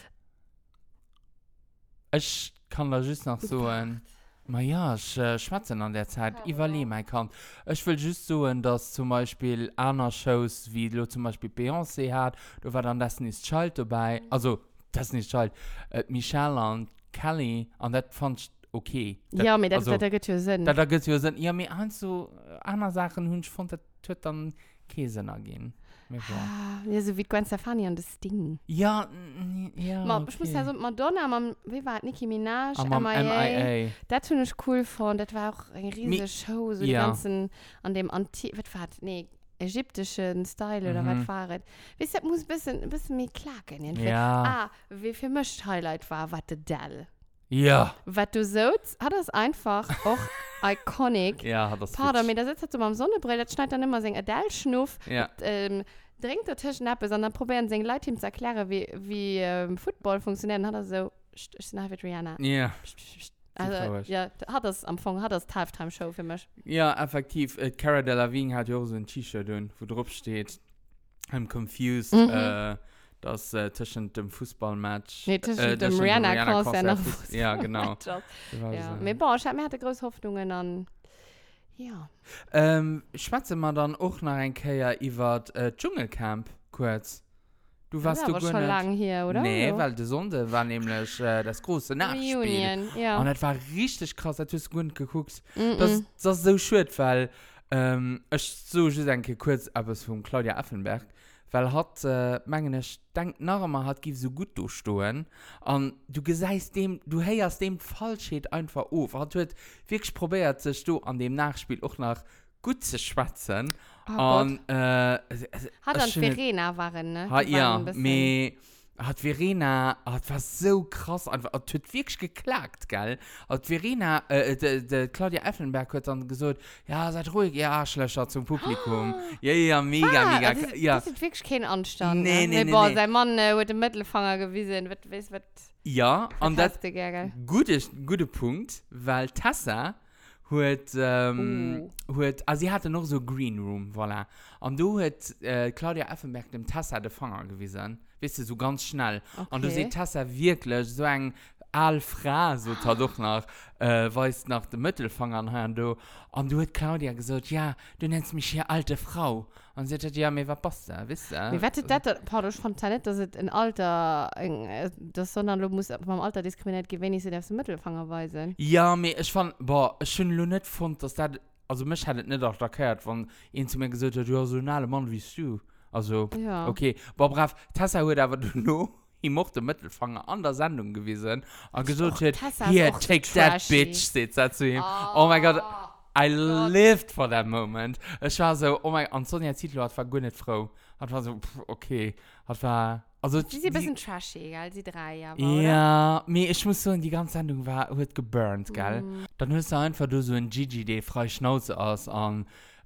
C: Ich kann da just noch so Ma ja, ich schwätze an der Zeit. Ich überlege mein Kant. Ich will just so, dass zum Beispiel andere Shows, wie du zum Beispiel Beyoncé hat, da war dann Destiny's Child dabei. Also, Destiny's Child. Michelle und Kelly. Und das fand ich okay.
B: Ja, aber das
C: also,
B: gibt ja Sinn.
C: Da gibt es ja Sinn. Ja, mir an so andere Sachen, ich fand, das tut dann Käse gehen.
B: Ja, so wie Gwen Stefani und das Ding.
C: Ja, ja.
B: Okay. Ich muss ja so Madonna, wie war Nicki Minaj,
C: MIA.
B: Das finde ich cool von. Das war auch eine riesige Show, so die
C: ja.
B: ganzen, an dem ägyptischen Style oder was war das? Weißt du, das muss ein bisschen mehr klagen. Irgendwie.
C: Ja.
B: Wie für mich Highlight war Dell.
C: Ja.
B: Was du sagst, hat das einfach auch iconic.
C: Ja, hat das
B: Pardon, mir da sitzt so am Sonnenbrille, das schneidet dann immer so ein Adele-Schnuff.
C: Ja.
B: Trinkt der Tisch ab, sondern probieren sie Leute ihm zu erklären, wie Football funktioniert. Und hat er so, ich bin mit Rihanna.
C: Ja.
B: Also, ja, hat das am Anfang, hat das die Halftime-Show für mich.
C: Ja, effektiv. Cara Delevingne hat ja auch so ein T-Shirt, wo drauf steht, I'm confused, das zwischen dem Fußballmatch.
B: Nee, zwischen dem Rihanna-Konzert.
C: Ja, genau.
B: Ja, aber boah, ich hatte große Hoffnungen an. Ja.
C: Schwätze mal dann auch noch ein Kehr über Dschungelcamp kurz. Du warst
B: aber schon lange hier, oder?
C: Nee,
B: oder?
C: weil die Sonde war nämlich das große Nachspiel.
B: Reunion, ja.
C: Und das war richtig krass, da hast du gut geguckt. Das ist so schön, weil ich so denke kurz etwas von Claudia Affenberg, weil ich denke, nachher hat so gut durchstehen und du hörst dem Falschheit einfach auf. Er hat wirklich probiert, sich an dem Nachspiel auch noch gut zu schwatzen.
B: Oh
C: und
B: hat dann Verena waren, ne?
C: ja, hat Verena, hat was so krass, einfach, hat wirklich geklagt, gell? Hat Verena, Claudia Effenberg hat dann gesagt, ja, seid ruhig, ihr Arschlöcher zum Publikum. Ja, mega. Ja.
B: Das ist wirklich kein Anstand.
C: Nee.
B: Sein Mann wird den Mittelfinger gewiesen, wird
C: Ja, und das
B: gell?
C: guter Punkt, weil Tessa also sie hatte noch so Green Room, voilà. Und du hat Claudia Effenberg dem Tessa den Fanger gewiesen, weißt du, so ganz schnell.
B: Okay.
C: Und du siehst Tessa wirklich so ein Alfra, so dadurch nach, weißt nach dem Mittelfanger hören du. Und du hat Claudia gesagt, ja, du nennst mich hier alte Frau. Und sie hat gesagt, ja, mir was passt da, weißt du?
B: Wie wettet das, pardon, ich fand nicht, dass es ein Alter, sondern du musst beim Alter diskriminiert gehen, wenn ich sie auf den Mittelfinger weisen.
C: Ja, aber ich fand, ich schon nicht fand, dass das, also mich hat es nicht auch erklärt, wenn ihn zu mir gesagt hat, ja, so ein alter Mann wie du. Also,
B: Ja.
C: okay. Aber brav, Tessa hat aber noch, ich mochte Mittelfinger an der Sendung gewesen und gesagt hat,
B: Tessa ist
C: hier,
B: auch
C: take
B: so
C: that
B: trashy.
C: bitch, steht da zu ihm. Oh mein Gott, I lived for that moment. Ich war so, oh mein Gott, und Sonja Zietlow hat war gar nicht froh. Hat war so, okay, hat war, also...
B: Sie ist ein bisschen trashy, gell, sie 3 Jahre,
C: Ja, aber ich muss sagen, die ganze Sendung wird geburnt, gell? Dann hast du einfach so ein Gigi, der frei Schnauze aus und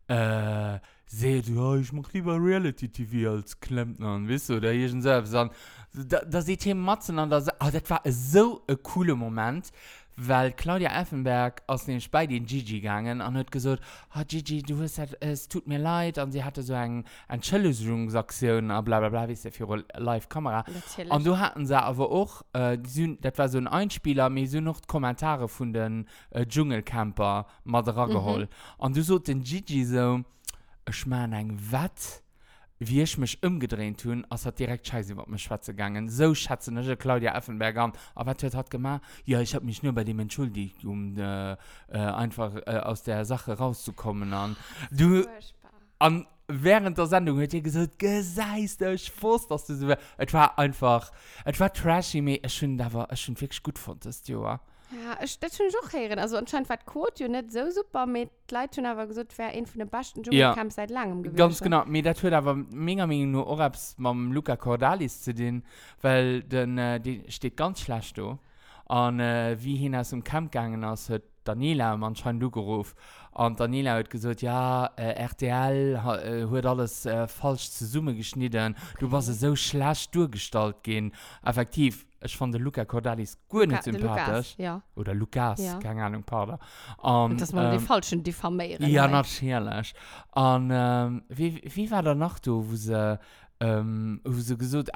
C: seht, ja, ich mach lieber Reality-TV als Klempner, weißt du, oder hier schon selbst. Und da sieht hier Matzen an, das war so ein cooler Moment, weil Claudia Effenberg aus nämlich bei den Gigi gegangen und hat gesagt, Gigi, du hast halt, es tut mir leid, und sie hatte so eine Entschuldigungsaktion, bla bla bla, weißt du, für eine Live-Kamera.
B: Natürlich.
C: Und du hatten sie aber auch, das war so ein Einspieler, mir so noch die Kommentare von den Dschungelcamper mal geholt. Und du so den Gigi so, ich meine, was? Wie ich mich umgedreht tun, als hat direkt scheiße über mich schwätze gegangen. So schätze ich Claudia Effenberg an. Aber was hat gemacht? Ja, ich habe mich nur bei dem entschuldigt, um einfach aus der Sache rauszukommen. Und du, und während der Sendung hat ihr gesagt, geseist, ich wusste, dass du so wärst. Es war trashy, aber ich finde wirklich gut fand, das ja.
B: Ja, das schon auch hören. Also anscheinend war Code ja nicht so super, mit Leuten schon aber gesagt, wäre ein von den besten Dschungelcamps seit langem gewesen.
C: Ganz genau, mir das hört aber mega nur auch etwas mit Luca Cordalis zu tun, weil die steht ganz schlecht da. Und wie hin aus dem Camp gegangen ist, hat Daniela anscheinend gerufen. Und Daniela hat gesagt, ja, RTL hat alles falsch zusammengeschnitten. Du warst so schlecht durchgestaltet gehen. Effektiv, ich fand den Luca Cordalis gut nicht sympathisch.
B: Lukas, ja.
C: Oder Lukas,
B: Ja.
C: keine Ahnung, pardon.
B: Und das waren die Falschen diffamieren.
C: Ja,
B: ne?
C: natürlich. Und wie war der Nacht, wo sie gesagt,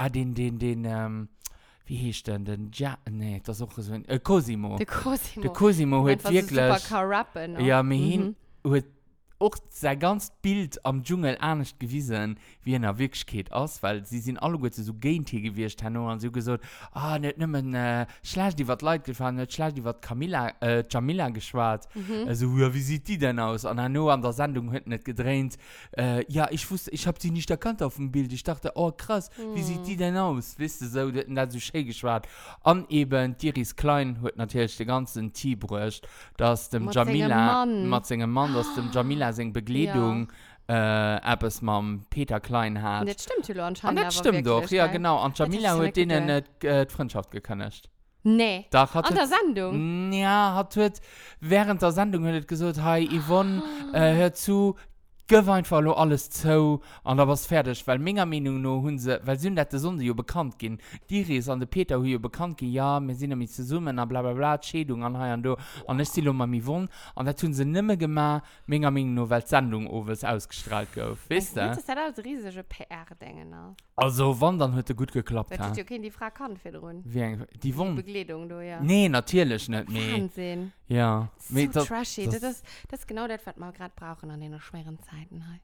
C: wie hieß denn, nee, das ist auch so ein, Cosimo.
B: Der Cosimo.
C: Der Cosimo hat
B: Einfach so
C: wirklich,
B: super kann rappen. ne?
C: ja, mir hat auch sein ganzes Bild am Dschungel ernst gewesen, wie in der Wirklichkeit ist, weil sie sind alle gut so Gentee gewesen haben und so gesagt, nicht mehr schlecht, die wird Leute gefahren, nicht schlecht, die wird Jamila geschwart. Also, ja, wie sieht die denn aus? Und dann nur an der Sendung hat nicht gedreht. Ja, ich wusste, ich habe sie nicht erkannt auf dem Bild. Ich dachte, oh krass, wie sieht die denn aus? Weißt du, so, das so schön geschwart. Und eben, Iris Klein hat natürlich den ganzen Tee gebracht, dass dem
B: Mit
C: Jamila,
B: seinem Mann.
C: mit seinem Mann, dass dem Jamila seine Begleitung etwas mit Peter Klein hat.
B: Und das stimmt ja
C: Und
B: anscheinend.
C: das
B: aber
C: stimmt doch,
B: wirklich,
C: ja
B: gell?
C: genau. Und
B: Das
C: Jamila
B: ist so
C: hat denen
B: nicht
C: die Freundschaft gekennst.
B: Nee.
C: Da hat
B: An der
C: es-
B: Sendung?
C: Ja, während der Sendung hat er gesagt, hey Yvonne, hör zu, gib einfach alles zu und da war's fertig, weil meiner Meinung nach haben sie, weil sie das Sonde ja bekannt gehen, die Iris und der Peter haben ja bekannt gehen, ja, wir sind damit zusammen und bla bla bla, die Schädung und hier und da und ich still mal Yvonne und das tun sie nicht mehr gemacht, meiner Meinung nach, weil die Sendung oben ausgestrahlt wird, weißt
B: Das
C: du?
B: ist halt alles riesige PR-Dinge. Ne?
C: Also, wann dann hat es gut geklappt,
B: Das
C: ha?
B: ist ja keine die Frage kann für drin.
C: Die Yvonne?
B: Bekleidung, du, ja.
C: Nee, natürlich nicht mehr.
B: Wahnsinn.
C: Ja.
B: So
C: Mit das-
B: trashy.
C: das-
B: Das ist genau das, was wir gerade brauchen an den schweren Zeiten. Hey.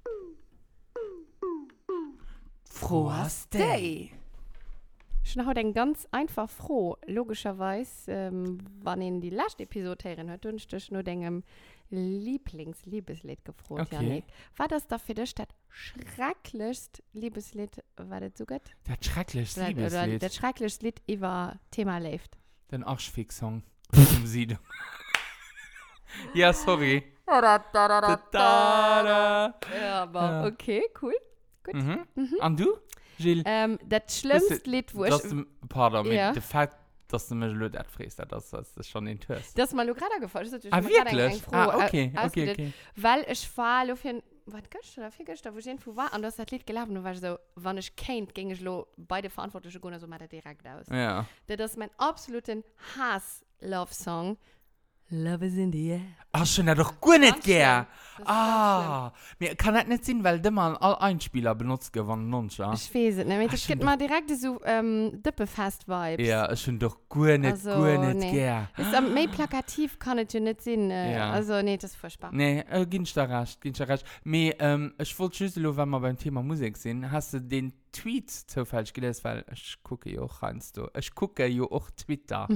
C: Frohes Day.
B: Ich bin heute ganz einfach froh, logischerweise, wenn ihr die letzte Episode hören hört, und ich dich nur deinem Lieblingsliebeslied gefragt,
C: Okay.
B: Janik. War das da für dich das schrecklichste Liebeslied, was das so geht?
C: Das schrecklichste
B: Oder
C: Liebeslied.
B: das schrecklichste Lied über Thema Lebt?
C: Den Arschfix-Song. Vom Sido. Ja, sorry.
B: Ja,
C: Da-da.
B: aber
C: Ja.
B: okay, cool.
C: Mhm. Und du? Gilles,
B: Das schlimmste Lied, wo ich...
C: Pardon,
B: Ja.
C: der Fakt, dass du mich Leute fräst, das ist schon interessant.
B: Das ist mir gerade gefallen.
C: Wirklich? Okay.
B: Weil ich war auf jeden was gestern oder vorgestern, wo ich irgendwo war und das hat Lied gelaufen und war ich so, wenn ich kennt, ging ich beide Verantwortlichen gehen so mal direkt aus.
C: Ja.
B: Das ist mein absoluten Hass-Love-Song. Love is in the air.
C: Ach, schon doch gut nicht gern.
B: Das ist ganz
C: Mir kann das nicht sehen, weil immer alle Einspieler benutzt gewonnen, noncha.
B: Ich weiß es nicht. Ich
C: schon
B: gibt mal direkt so Dippe-Fest-Vibes.
C: Ja, ist schon doch gut nicht
B: nee.
C: gern.
B: Ist mehr plakativ kann ich ja nicht sehen.
C: Ja.
B: Also, nee, das ist furchtbar.
C: Nee, gehst da recht. Aber ich wollte schließlich, wenn wir beim Thema Musik sind, hast du den Tweet zufällig gelesen, weil ich gucke ja auch, ich gucke ja auch Twitter.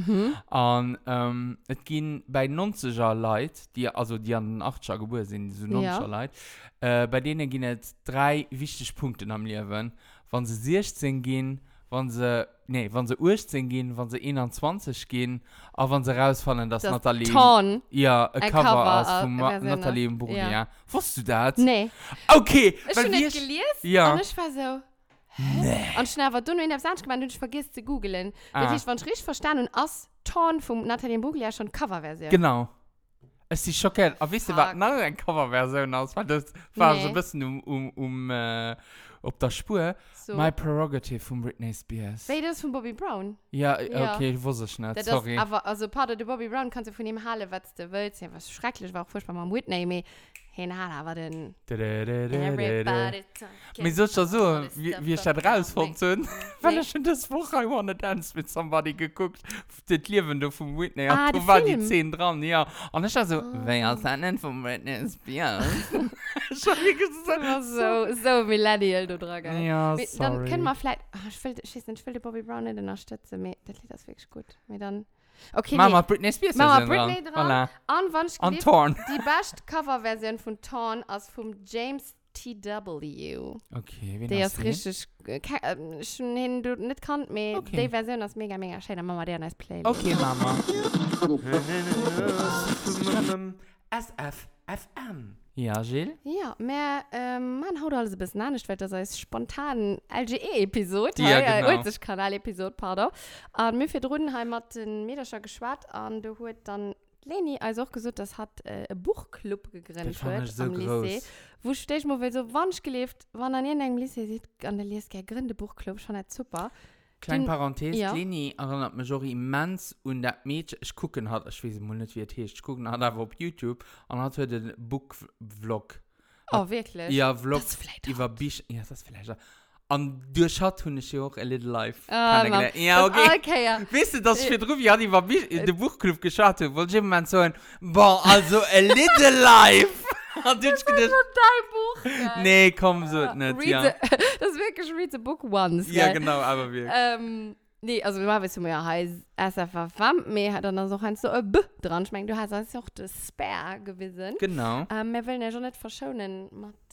C: Und es ging bei 90er Leuten, die an den 80er geboren sind, die so 90er Leute, bei denen gehen jetzt 3 wichtige Punkte am Leben. Wenn sie 16 gehen, wenn sie 18 gehen, wenn sie 21 gehen, aber wenn sie rausfallen, dass
B: Das
C: Nathalie...
B: Ton.
C: Ja, ein Cover aus von
B: Version
C: Nathalie
B: ist.
C: Imbruglia.
B: Ja.
C: Wusstest du das?
B: Nee.
C: Okay.
B: Ich
C: weil
B: habe
C: wir-
B: nicht gelesen
C: Ja.
B: und ich war so... Nee. Und schnell, aber du nur in der Sansch gemacht und ich vergisst zu googeln. Das ist, wenn ich richtig verstanden habe, als Ton von Nathalie Imbruglia schon Coverversion.
C: Genau. Es ist schockiert. Aber wisst ihr, was
B: Fuck.
C: noch eine Coverversion aus? Weil das war
B: Nee.
C: so ein bisschen auf der Spur.
B: So.
C: My Prerogative von Britney Spears.
B: Wer das von Bobby Brown?
C: Ja,
B: Ja.
C: okay, ich wusste es nicht.
B: Das
C: Sorry.
B: Ist, aber also Part de Bobby Brown kannst du von ihm Halle, was du willst. Ja, was schrecklich war auch furchtbar mit Whitney. Aber hin Halle, aber dann... Everybody talking
C: Mir so schon so,
B: all this
C: wie
B: stuff
C: ich da
B: about
C: rausgefunden
B: me.
C: weil
B: Nee.
C: ich schon das Woche I Wanna Dance mit Somebody geguckt, das Leben von Whitney,
B: Ah,
C: und
B: der
C: da war die
B: Film.
C: 10 dran, ja. Und ich war so, wer ist denn von Britney Spears? Schon wie gesagt,
B: So Millennial, du Drager.
C: Ja,
B: Dann
C: sorry.
B: können wir vielleicht... Oh, ich will den Bobby Brown nicht unterstützen. Aber das Lied ist wirklich gut. Wir dann... Okay,
C: Mama, Britney Spears
B: Mama,
C: ist
B: Britney dran.
C: Voilà.
B: Und wann ich
C: Und
B: geliebt,
C: Torn.
B: die beste Coverversion von Torn ist vom James T.W.
C: Okay, wie
B: Der
C: hast
B: ist
C: du
B: richtig... schon hin, du nicht kannt, aber
C: Okay.
B: die Version ist mega, mega schön. Dann machen wir dir eine Playlist.
C: Okay, Mama. SFFM. Ja, Gilles?
B: Ja, man haut alles ein bisschen an. Ich werde das als spontanen LGE-Episode,
C: Ja, genau.
B: Kanal-Episode, pardon. Und mir für Drunenheim hat den Mädelscher geschwärzt und du hat dann Leni also auch gesagt, das hat ein Buchclub gegründet
C: Das fand ich so
B: am
C: groß.
B: Lycée. Wo stehe ich mal, weil so wann ich gelebt, wenn an irgendeinem Lycée sieht, an der Lycée gründet Buchclub, schon nicht super.
C: Kleine
B: Den-
C: Parenthese,
B: ja.
C: Leni erinnert mich auch immens und das Mädchen, ich gucke halt, ich weiß nicht, wie es heißt, ich gucke halt einfach auf YouTube und hat heute den Book-Vlog.
B: Oh, wirklich?
C: Ja, Vlog
B: Das ist vielleicht
C: über Bücher. Ja, das ist vielleicht auch. Und durch hat ich ja auch A Little Life
B: Ah,
C: kennengelernt.
B: Mann.
C: Ja, okay.
B: Okay, ja.
C: Weißt du, dass ich für drüber ja über den Buchclub geschaut habe, wollte ich immer so ein, boah, also A Little Life. Und ich gedacht,
B: Dein Buch.
C: nee, komm so nicht,
B: Read
C: ja.
B: das ist wirklich Read the Book Once.
C: Ja,
B: gell?
C: genau, aber wirklich.
B: Nee, also mal wissen wir ja, heißt SFFM, mir hat dann noch ein so ein B dran. Ich meine, du hast also auch das Spare gewesen.
C: Genau.
B: Wir wollen ja schon nicht verschonen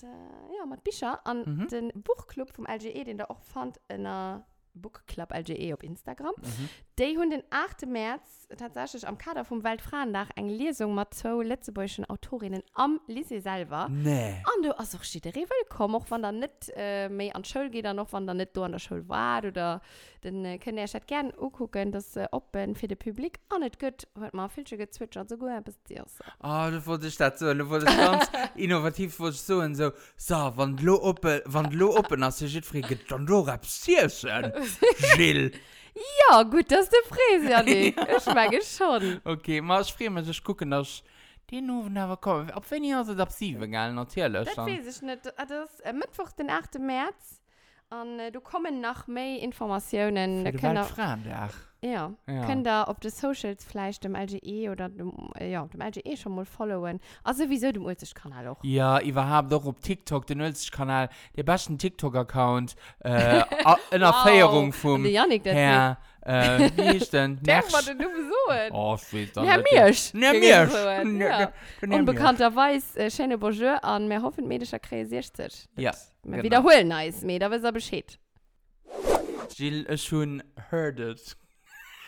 B: mit Bücher. Und den Buchclub vom LGE, den du auch fand in der Bookclub LGE auf Instagram, die haben den 8. März tatsächlich am Kader vom Weltfrauentag eine Lesung mit 2 letzteburgischen Autorinnen am Lycée selber.
C: Nee.
B: Und du hast auch jeder willkommen, auch wenn er nicht mehr an die Schule geht, noch wenn er nicht da an der Schule war. Oder dann könnt ihr euch das gerne angucken, dass open für das Publikum auch nicht gut. Hört mal viel schon gezwitschert, so gut bis dir so.
C: Ah, du wolltest das so, du wolltest ganz innovativ wolltest so und so, wenn du open hast, ich frage, dann du rappst Gilles.
B: Ja, gut, dass du Fräse, Janik. Ich mag schon.
C: Okay, mal ich freue mich, ich gucke, dass die Noven aber kommen. Ab wenn ihr also das sieben, gell, natürlich.
B: Das weiß ich nicht. Das ist Mittwoch, den 8. März. Und du kommen nach mehr Informationen.
C: Für die Weltfrauentag.
B: Ja, könnt ihr auf den Socials vielleicht dem LGE oder dem LGE schon mal followen. Also sowieso dem Ulzig-Kanal auch.
C: Ja, überhaupt auch auf TikTok, den Ulzig-Kanal, der besten TikTok-Account, in Erfährung vom
B: Der Janik, das
C: Herr, wie ist denn?
B: Der war denn nur besuchen.
C: Oh, ich weiß doch
B: Herr
C: nicht.
B: Mirsch.
C: Herr
B: ging
C: Mirsch.
B: so ein,
C: Ja,
B: ja. Unbekannterweise, schöne Bonjour an wir hoffen, medischer Kreis 60.
C: Ja,
B: Wir
C: genau.
B: wiederholen nice, da wisst ihr Bescheid.
C: Gilles schon heard it.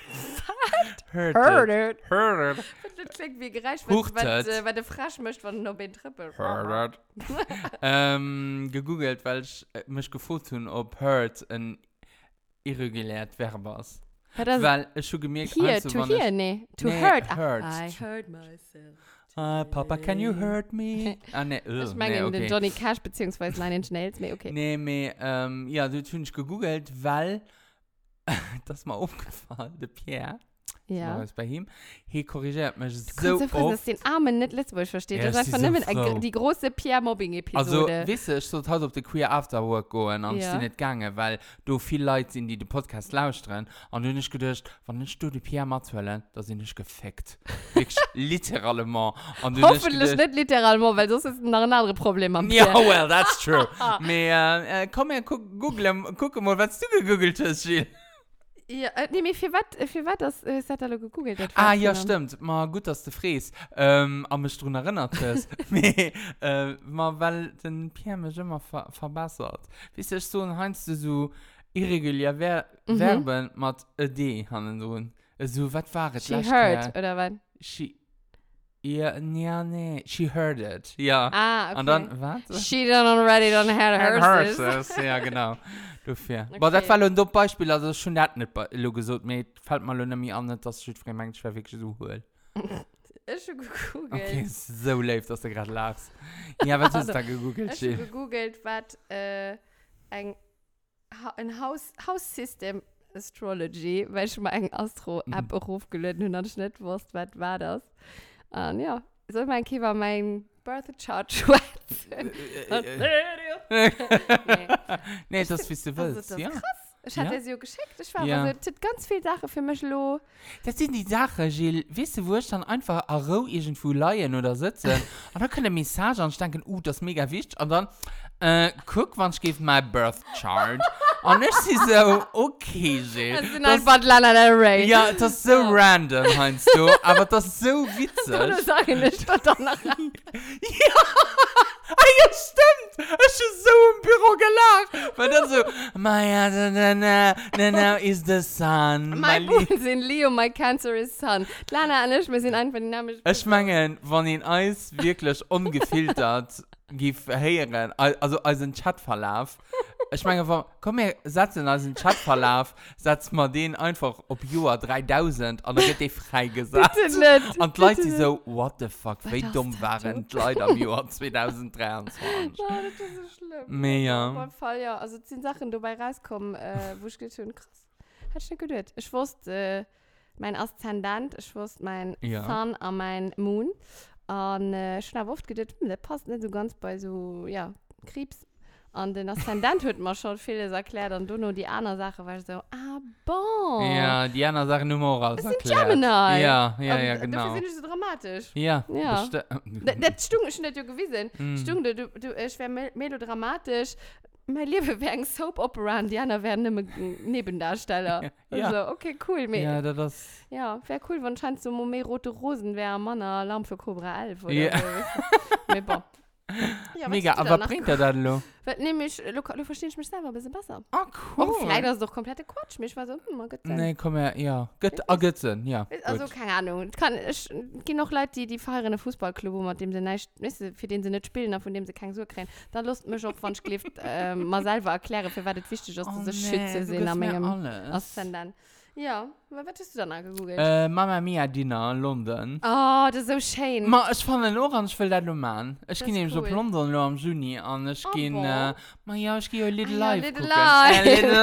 B: Heard it.
C: Heard it.
B: Das klingt wie gereicht,
C: Huchtet.
B: wenn du frasch möchtest, wenn du noch ein Triple.
C: Heard it. Gegoogelt, weil ich mich gefühlt habe, ob Heard ein irreguläres Verb ist. Weil ich schon gemerkt
B: Hier,
C: also,
B: to
C: wenn
B: hear,
C: ich-
B: nee. To
C: Nee,
B: heard.
C: heard.
B: I heard myself.
C: Papa, can you hurt me? Nee,
B: Ich meine
C: nee, okay.
B: den Johnny Cash beziehungsweise Nine Inch Nails, nee, okay.
C: Nee, ja, du hast nicht gegoogelt, weil das ist mir aufgefallen, der Pierre,
B: Ja.
C: was bei ihm, hier korrigiert mich
B: Du
C: so
B: kannst ja
C: oft.
B: dass den Armen nicht Lützburg versteht.
C: Ja,
B: Das ist
C: sie
B: einfach
C: so
B: nicht
C: froh.
B: die große Pierre-Mobbing-Episode.
C: Also, weißt du, ich sollte heute auf der Queer Afterwork gehen und ich
B: Ja.
C: bin nicht gegangen, weil du viele Leute sind, die den Podcast lauschen und du nicht gedacht, wenn ich die Pierre mitzuholen, da sind nicht gefickt. Wirklich, literalement. Und du
B: Hoffentlich nicht literal, weil sonst ist noch ein anderes Problem am
C: Ja,
B: Pierre.
C: well, that's true. Aber komm her, guck mal, was du gegoogelt hast, Gilles.
B: Ja, nee, mir für was das hat er gegoogelt. Das
C: Ah,
B: war
C: ja,
B: schon-
C: stimmt. Mal gut, dass du fräst. An mich daran erinnert hast. Mal, weil den Pierre mich immer verbessert. Weißt du, so heinst du so irregulär Verben mit D haben. So, was war es?
B: She heard, oder was?
C: Ja, nee. She heard it. Ja.
B: Ah, okay.
C: Und dann, was?
B: She done already done had hers.
C: Ja, genau. Dafür.
B: Okay.
C: Aber das war ein Beispiel, also schon das nicht gesagt, mir fällt mal nicht mehr an, dass ich für manchmal wirklich so hol.
B: Ist schon gegoogelt.
C: Okay, so live, dass du gerade lachst. Ja, was hast du da gegoogelt,
B: Ich habe
C: Jill?
B: gegoogelt, was ein House System Astrology, weil ich schon mal eine Astro-App aufgeladen und ich nicht wusste, was war das. Und ja, soll mein Kiefer mein Birth Chart schwätzen?
C: Nee, das wisst du
B: Also,
C: willst,
B: das
C: ja.
B: Ich hatte
C: Ja.
B: es ja geschickt. Ich war
C: Ja.
B: also, das hat ganz viele Sachen für mich lo.
C: Das sind die Sachen, Jill. Weißt du, wo ich dann einfach a roh irgendwo leihen oder sitzen und dann kann eine Message und ich denke, das ist mega wichtig. Und dann, guck, wann ich gebe my Birth Chart. Und ich sie so, okay, Jill.
B: Das sind einfach Lana Del Rey.
C: Ja, das ist so random, meinst du, aber das ist so witzig.
B: Du sagst nicht, was doch noch.
C: Ja, stimmt. Ich habe so im Büro gelacht. Weil dann so, no, is the sun.
B: Mein Buch sind Leo, my Cancer is Sun. Lana und ich, wir sind einfach die Namen.
C: Ich meine, wenn ihn Eis wirklich ungefiltert gibt, hören, also als ein Chatverlauf, ich meine, komm her, setzen als ein Chatverlauf, setzt man den einfach auf Jahr 3000 und dann wird der freigesetzt.
B: Bitte nicht.
C: Und die Leute
B: Bitte
C: sind so, what the fuck, wie
B: das
C: dumm
B: ist
C: waren die Leute am Jahr 2023.
B: Oh, das ist so schlimm.
C: Mega.
B: Auf jeden Fall, ja. Also 10 Sachen dabei rauskommen, wo ich gedacht habe, krass. Hätte ich nicht gedacht. Ich wusste mein Aszendent, ich wusste mein
C: Ja.
B: Sun und mein Moon. Und ich habe oft gedacht, das passt nicht so ganz bei so, ja, Krebs. Und den Aszendent hat mir schon vieles erklärt. Und du nur die andere Sache, war ich so, bon.
C: Ja, die anderen Sachen nur mal raus
B: Das sind
C: erklärt.
B: Gemini.
C: Ja,
B: Und
C: genau.
B: Dafür sind ich so dramatisch.
C: Ja,
B: Ja.
C: besti-
B: Das stimmt, ist nicht ja gewesen. Stimmt, ich wäre melodramatisch. Mein Leben wäre ein Soap-Opera und die anderen wären nicht mehr Nebendarsteller.
C: Ja.
B: Also, okay, cool.
C: Ja, das...
B: Ja, wäre cool, wenn scheinst so mehr rote Rosen wäre Mann, Alarm für Cobra 11 oder
C: Ja.
B: so. Aber bon. Ja,
C: Mega, aber bringt er das, lo?
B: Nämlich, du verstehst mich selber ein bisschen besser.
C: Ah,
B: Oh, vielleicht ist es doch komplette Quatsch. Mich war so, mal gut sein.
C: Nee, komm her, ja. Götzen, ja.
B: Also,
C: gut.
B: keine Ahnung. Ich kenne noch Leute, die fahren in einen Fußballclub, mit dem sie nicht, weißt du, für den sie nicht spielen, von dem sie keinen Such kriegen. Da lust mich auch, wenn ich gelieft, mal selber erklären, für was das wichtig ist, dass sie Schütze sind an meinem Aszendent. Ja, was hast du dann gegoogelt?
C: Mama Mia Dinner in London.
B: Oh, das ist so schön.
C: Ma, ich fand den Orange will das machen. Ich
B: Das
C: gehe nämlich
B: ist
C: auf
B: cool.
C: London nur im Juni und ich
B: Oh,
C: gehe,
B: boah.
C: ma ja, ich gehe Little
B: Ah, ja,
C: Live
B: Little
C: gucken.
B: Live.
C: Little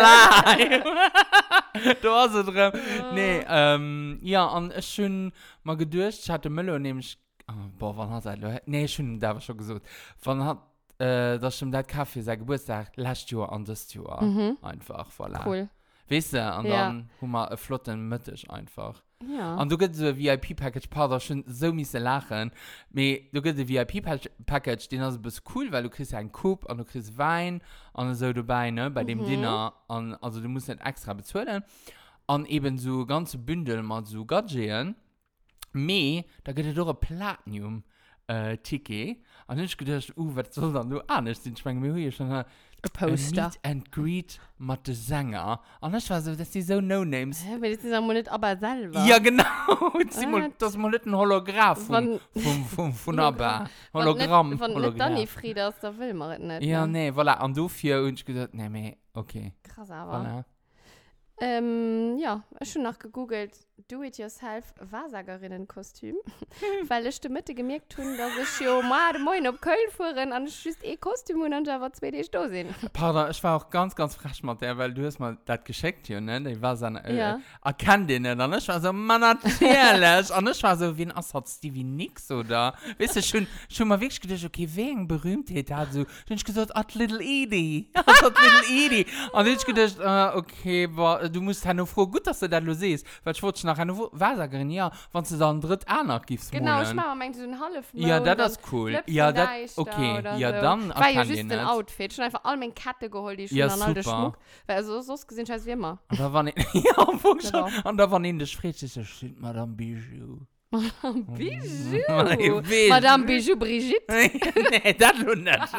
C: Live. Du hast es drin. Nee, ja, und ich schon mal gedacht, ich hatte Müller nämlich, boah, wann hat er, nee, schon, da war schon gesagt, wann hat, das stimmt, das Kaffee, sein Geburtstag, last Jahr und this Jahr. Einfach, voilà.
B: Cool.
C: Weißt du, und
B: Ja.
C: dann haben wir einen flotten Mittag einfach.
B: Ja.
C: Und du gehst so ein VIP-Package, da schon so müssen lachen. Aber du gehst ein VIP-Package, den ist ein bisschen cool, weil du kriegst einen Coup und du kriegst Wein und so dabei, ne, bei dem Dinner. Und, also du musst nicht extra bezahlen. Und eben so ganze Bündel mit so Gadgets. Aber da gibt es auch ein Platinum. Ticket. Und dann ich gedacht, was soll dann du nicht? Ich meine, mir hier schon
B: Ein Poster.
C: Meet and Greet mit den Sänger. Und ich war so, dass die so No-Names.
B: Aber das ist auch nicht aber selber.
C: Ja, genau. Das ist mal nicht ein Hologramm von ABBA. Hologramm.
B: Von nicht Danny Frieda aus der Film, nicht.
C: Ja,
B: ne?
C: nee, voilà. Und dafür und ich gesagt, nee, okay.
B: Krass, aber.
C: Voilà.
B: Ja, ich habe noch gegoogelt, Do-it-yourself Wahrsagerinnen-Kostüm, weil ich die Mitte gemerkt habe, dass ich ja mal moin auf Köln fuhren und ich just Kostüm und dann war 2D da sind.
C: Pardon, ich war auch ganz frisch mit der, weil du hast mal das geschickt, ja, ne? Die war so
B: Ja.
C: erkannt den nicht. Und ich war so, man, natürlich. Und ich war so, wie ein Assad Stevie Nicks oder, weißt du, schon mal wirklich gedacht, okay, wegen Berühmtheit hat so, dann hab ich gesagt, Little Edie. Little Edie. Und dann hab ich gedacht, okay, boah, du musst halt noch froh, gut, dass du das siehst, weil ich wollte nach einer Wahrsagerin, ja, wenn du dann dritt Anna gibst.
B: Genau, ich mache mal so einen Half.
C: Ja, das ist cool. Ja, das, okay, ja,
B: so.
C: dann
B: war ja
C: erkannt
B: just
C: ihr
B: ein
C: nicht.
B: Outfit, schon einfach all meine Kette geholt, die schon
C: Ja,
B: an all den
C: super.
B: Schmuck. Weil so gesehen scheiß wie immer.
C: Und da war nicht, ja, schon.
B: Genau.
C: Und da war nicht das Fritsche, so steht Madame Bijou.
B: Bijou.
C: Bijou.
B: Madame Bijou Brigitte.
C: Nee, das nur nicht.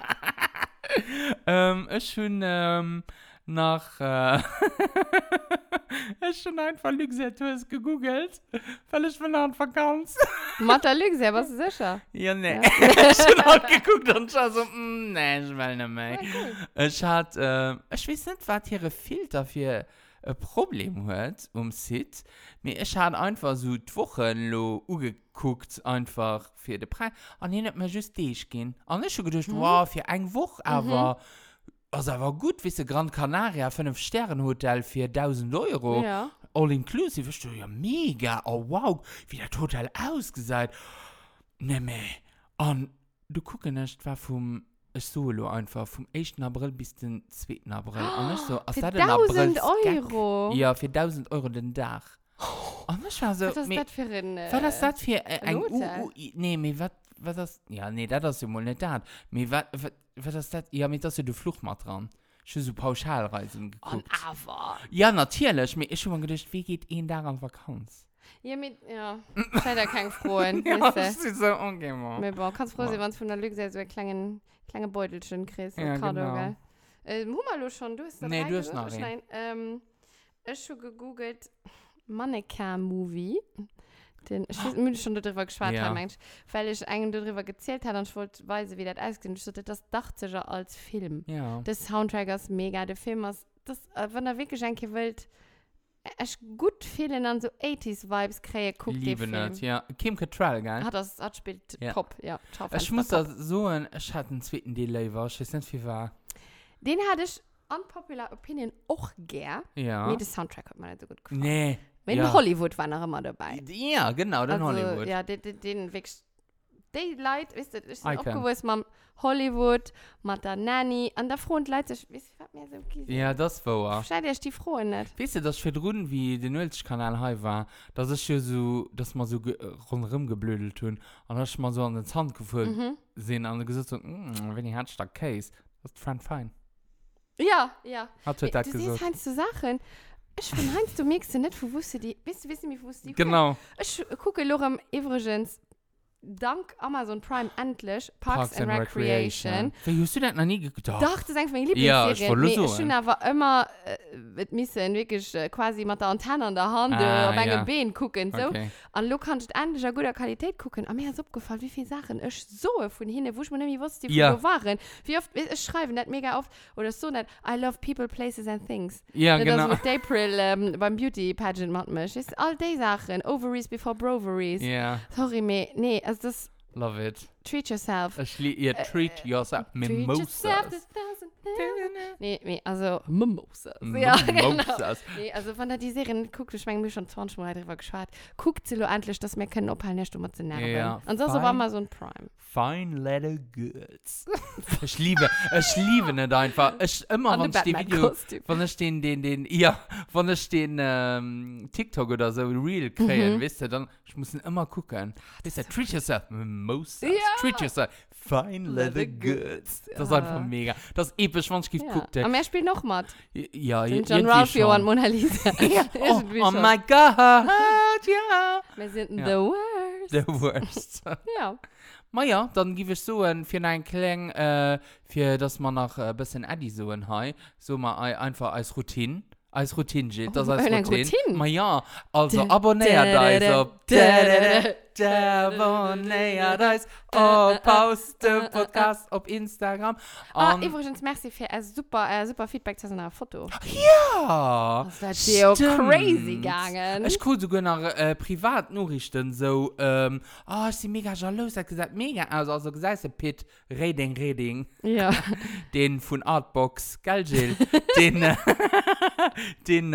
C: Ich schon nach ich schon einfach Luxatus gegoogelt, weil ich bin an Vakanz.
B: Mata Luxe, was ist sicher?
C: Ja, nee.
B: Ja.
C: Ich schon auch geguckt und ich war so, nee, ich will nicht mehr.
B: Ja, cool.
C: Ich weiß nicht, was hier ein Filter für ein Problem hat Sit. Aber ich hatte einfach so die Wochen angeguckt, einfach für den Preis. Und ich habe mir just durchgehen. Und ich habe gedacht, wow, für eine Woche, aber also aber gut, wie Gran Canaria, 5-Sterne-Hotel für 1.000 €.
B: Ja.
C: All inclusive. Ich dachte, ja, mega. Oh, wow, wie das Hotel ausgesehen. Nee, mehr. Und du guckst nicht, war vom Solo einfach vom 1. April bis den 2. April. Und ich so, als
B: Für
C: das ein April
B: 1.000 €
C: Ja, für 1.000 € den Tag. Und ich war so,
B: Was ist das für ein...
C: was ist das für ein
B: Hotel?
C: Nee, mir was das? Ja, nee, das ist ja mal nicht das. Mir was ist das? Ja, mir das ist ja der Flug mal dran. Ich habe so Pauschalreisen
B: Und
C: geguckt.
B: aber...
C: Ja, natürlich. Mir ist schon mal gedacht, wie geht ein Tag an Vakanz?
B: Ja, ich hätte keinen Freund,
C: Ja,
B: weißt
C: das
B: du.
C: ist so ungemein.
B: Aber boah, kannst froh sein, wenn du von der Luxe so ein kleine Beutelchen kriegst.
C: Ja,
B: Kado,
C: genau.
B: gell? Hummerlo schon, du hast da
C: Nee,
B: drei
C: du hast
B: gesucht?
C: noch einen.
B: Nein, ich habe gegoogelt Mannequin-Movie. Ich habe schon darüber geschwärzt,
C: Ja.
B: weil ich eigentlich darüber gezählt habe und ich wollte wissen, wie das aussieht. Ich dachte, das dachte ich ja als Film.
C: Ja.
B: Das Soundtrack ist mega, der Film ist, wenn er wirklich ein wollt, ich gut vielen an so 80s-Vibes kriege, guck den
C: Liebe
B: Film.
C: nicht, ja. Kim Cattrall, gell?
B: Hat spielt
C: Ja.
B: top, ja. Top,
C: Ich muss das so ich hatte einen zweiten Delay, war ich weiß nicht, wie war.
B: Den hatte ich unpopular Opinion auch gern.
C: Ja.
B: Mir der Soundtrack hat mir nicht so gut gefallen.
C: Nee.
B: Mit
C: ja.
B: Hollywood war noch immer dabei.
C: Ja, genau, den Hollywood.
B: Ja, den wirklich. Die Leute, wisst ihr, ich bin
C: Icon.
B: aufgewusst mit Hollywood, mit der Nanny, an der Front Leute, wisst ihr, was mir so gesagt
C: Ja, das war.
B: Schade, ich die Frohen nicht.
C: Weißt du, dass für Runden wie den Weltkanal hier war, dass ich hier so, dass man so rundherum geblödelt tun und dass ich mal so an den Zahn gefühlt sehen und gesagt so, wenn ich hat stark Case, das ist Frank Fein.
B: Ja.
C: Hat er das
B: Du
C: gesagt?
B: siehst Heinz zu Sachen. Ich finde Heinz, du merkst nicht, wo wusste die, wisst ihr, wie wusste die?
C: Genau.
B: Ich gucke Lorem übrigens dank Amazon Prime endlich Parks and Recreation.
C: Wie hast du das noch nie gedacht?
B: Doch, das ist einfach meine
C: Ja, ich
B: Lieblingsserie.
C: wollte so,
B: Ich schon aber immer mit müssen wirklich quasi mit der Antenne an der Hand
C: Ah,
B: auf einem
C: ja.
B: Bein gucken. So.
C: Okay.
B: Und du kannst endlich in guter Qualität gucken. Und mir ist aufgefallen, wie viele Sachen ich so von hinten, wo ich mir nicht wusste, die
C: Ja.
B: von waren. Wie oft, ich schreibe nicht mega oft, oder so nicht, I love people, places and things.
C: Ja,
B: Das
C: genau.
B: mit April beim Beauty Pageant macht mich. Ist all die Sachen, Ovaries before Broveries.
C: Ja,
B: Sorry, nee, also das,
C: love it.
B: treat yourself.
C: Ihr treat yourself.
B: Treat yourself
C: Mimosas.
B: 1,000. Nee, also Mimosas. Ja, genau.
C: Mimosas.
B: Nee, also von der die Serien guckt, ich meine, mir schon 20 Mal darüber geschwärzt. Guckt sie nur endlich, dass wir können abhalten, nicht um zu nerven.
C: Ja,
B: Und so
C: fein.
B: war mal so ein Prime.
C: Fine leather goods. ich liebe nicht einfach. Immer, wenn ich die Video, wenn ich wenn ich den TikTok oder so Reel kriege, wisst ihr, dann, ich muss ihn immer gucken. Wisst ihr, treat yourself, mimosas.
B: Ja.
C: Treat yourself, fine leather goods. Das ist einfach mega. Das ist episch, wenn ich geguckt
B: Aber
C: habe.
B: mehr spielt noch mal.
C: Ja,
B: Den
C: irgendwie
B: John Ralphio
C: schon.
B: und Mona Lisa. Irgendwie
C: Oh
B: schon.
C: my God, ja.
B: Wir sind
C: Ja.
B: the worst.
C: The worst.
B: Ja.
C: Ma ja, dann gebe ich so für einen Klang, für dass man noch ein bisschen Eddie so so mal einfach als Routine. Als Routine geht, das als Routine. Ma ja, also abonniert euch auf abonniert euch auf Pause den Podcast auf Instagram.
B: Übrigens, merci für ein super Feedback zu so einem Foto.
C: Ja!
B: Das ist ja crazy gegangen.
C: Ich kriege sogar nach Privatnachrichten so, ich bin mega jaloux, hat gesagt, mega aus, also gesagt, Pit, Reding.
B: Ja.
C: Den von Artbox, gell, Jill? den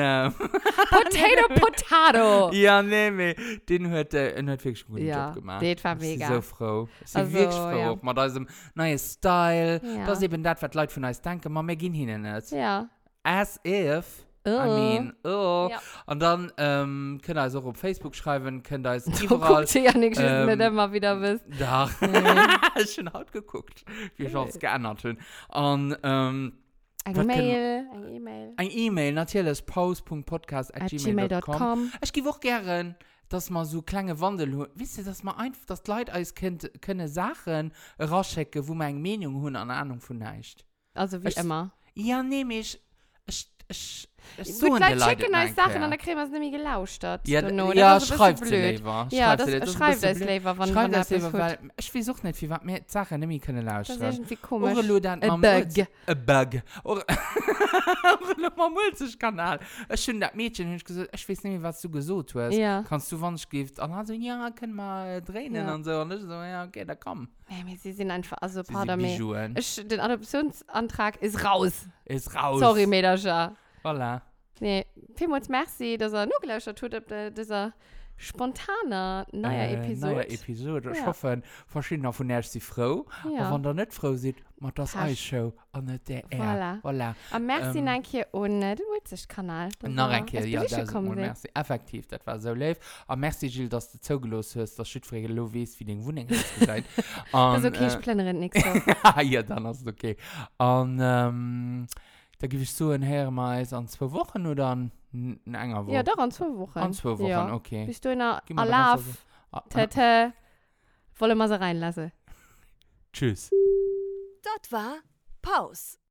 B: Potato.
C: Ja, nee, den hat wirklich einen guten
B: Ja,
C: Job gemacht.
B: das war mega.
C: Ich bin so froh. Ich bin
B: Also,
C: wirklich froh.
B: ja.
C: Mit diesem neuen Style.
B: Ja.
C: Das ist eben das, was die Leute von uns denken. Man, wir gehen hin nicht.
B: Ja.
C: As if.
B: Ja.
C: Und dann können wir auch auf Facebook schreiben, können wir
B: Du
C: überall.
B: guckst ja nicht, dass du immer wieder bist.
C: Da. Ich schon halt geguckt, wie ich es geändert habe. Und
B: Eine
C: was
B: Mail, eine E-Mail.
C: ein E-Mail, natürlich pause.podcast@gmail.com. Ich gebe auch gerne, dass man so kleine Wandel hat. Wisst ihr, dass man einfach, dass die Leute als können Sachen rauschecken, wo man eine Meinung haben, eine Ahnung von nicht.
B: Also wie immer.
C: Ja, nämlich,
B: Gut, Leute checken euch Sachen und dann kriegen wir es nämlich gelauscht.
C: Ja, schreibt sie lieber.
B: Ja, schreibt es lieber, wenn
C: Schreibt
B: man
C: es lieber, weil ich weiß auch nicht, wie wir mehr Sachen nämlich können lauschen.
B: Das ist irgendwie komisch.
C: Oder dann
B: A
C: am
B: bug.
C: A bug. Oder am Multikanal. Ich finde das Mädchen, ich gesagt, ich weiß nicht mehr, was du gesagt hast.
B: Ja.
C: Kannst du wann gift? Und also, ja, können wir drehen
B: Ja.
C: und so. Und ich so, ja, okay, da komm.
B: Nee, sie sind einfach, also,
C: Sie
B: pardon
C: sind
B: me.
C: Bijouren.
B: Den Adoptionsantrag ist raus.
C: Ist raus.
B: Sorry, Mädchen.
C: Voilà.
B: Nee, vielmals merci, dass nur gelauscht hat, dieser spontane neue Episode.
C: Neue Episode. Ich
B: Ja.
C: hoffe, verschiedene von euch sind froh.
B: Ja.
C: Und wenn ihr nicht froh seid, macht das
B: Passt.
C: Eis-Show an der
B: Voilà.
C: Voilà.
B: Und merci, danke, und den Witzig-Kanal.
C: Noch ein Kind, ja, das ist
B: kommen.
C: merci. Effektiv, das war so live. Und merci, Gilles, dass du zugelassen hast, dass ich frage, du weißt, wie dein Wohnung ist gesagt.
B: Das ist okay, ich plane nichts.
C: Ja, dann ist es okay. Und da gebe ich so ein Herr mal an 2 Wochen oder an enger Woche?
B: Ja, doch, an 2 Wochen.
C: An 2 Wochen,
B: Ja.
C: okay.
B: Bist du in einer
C: Gib mal da
B: Alaf,
C: was also.
B: Tete, wollen wir sie reinlassen?
C: Tschüss.
A: Das war Pause.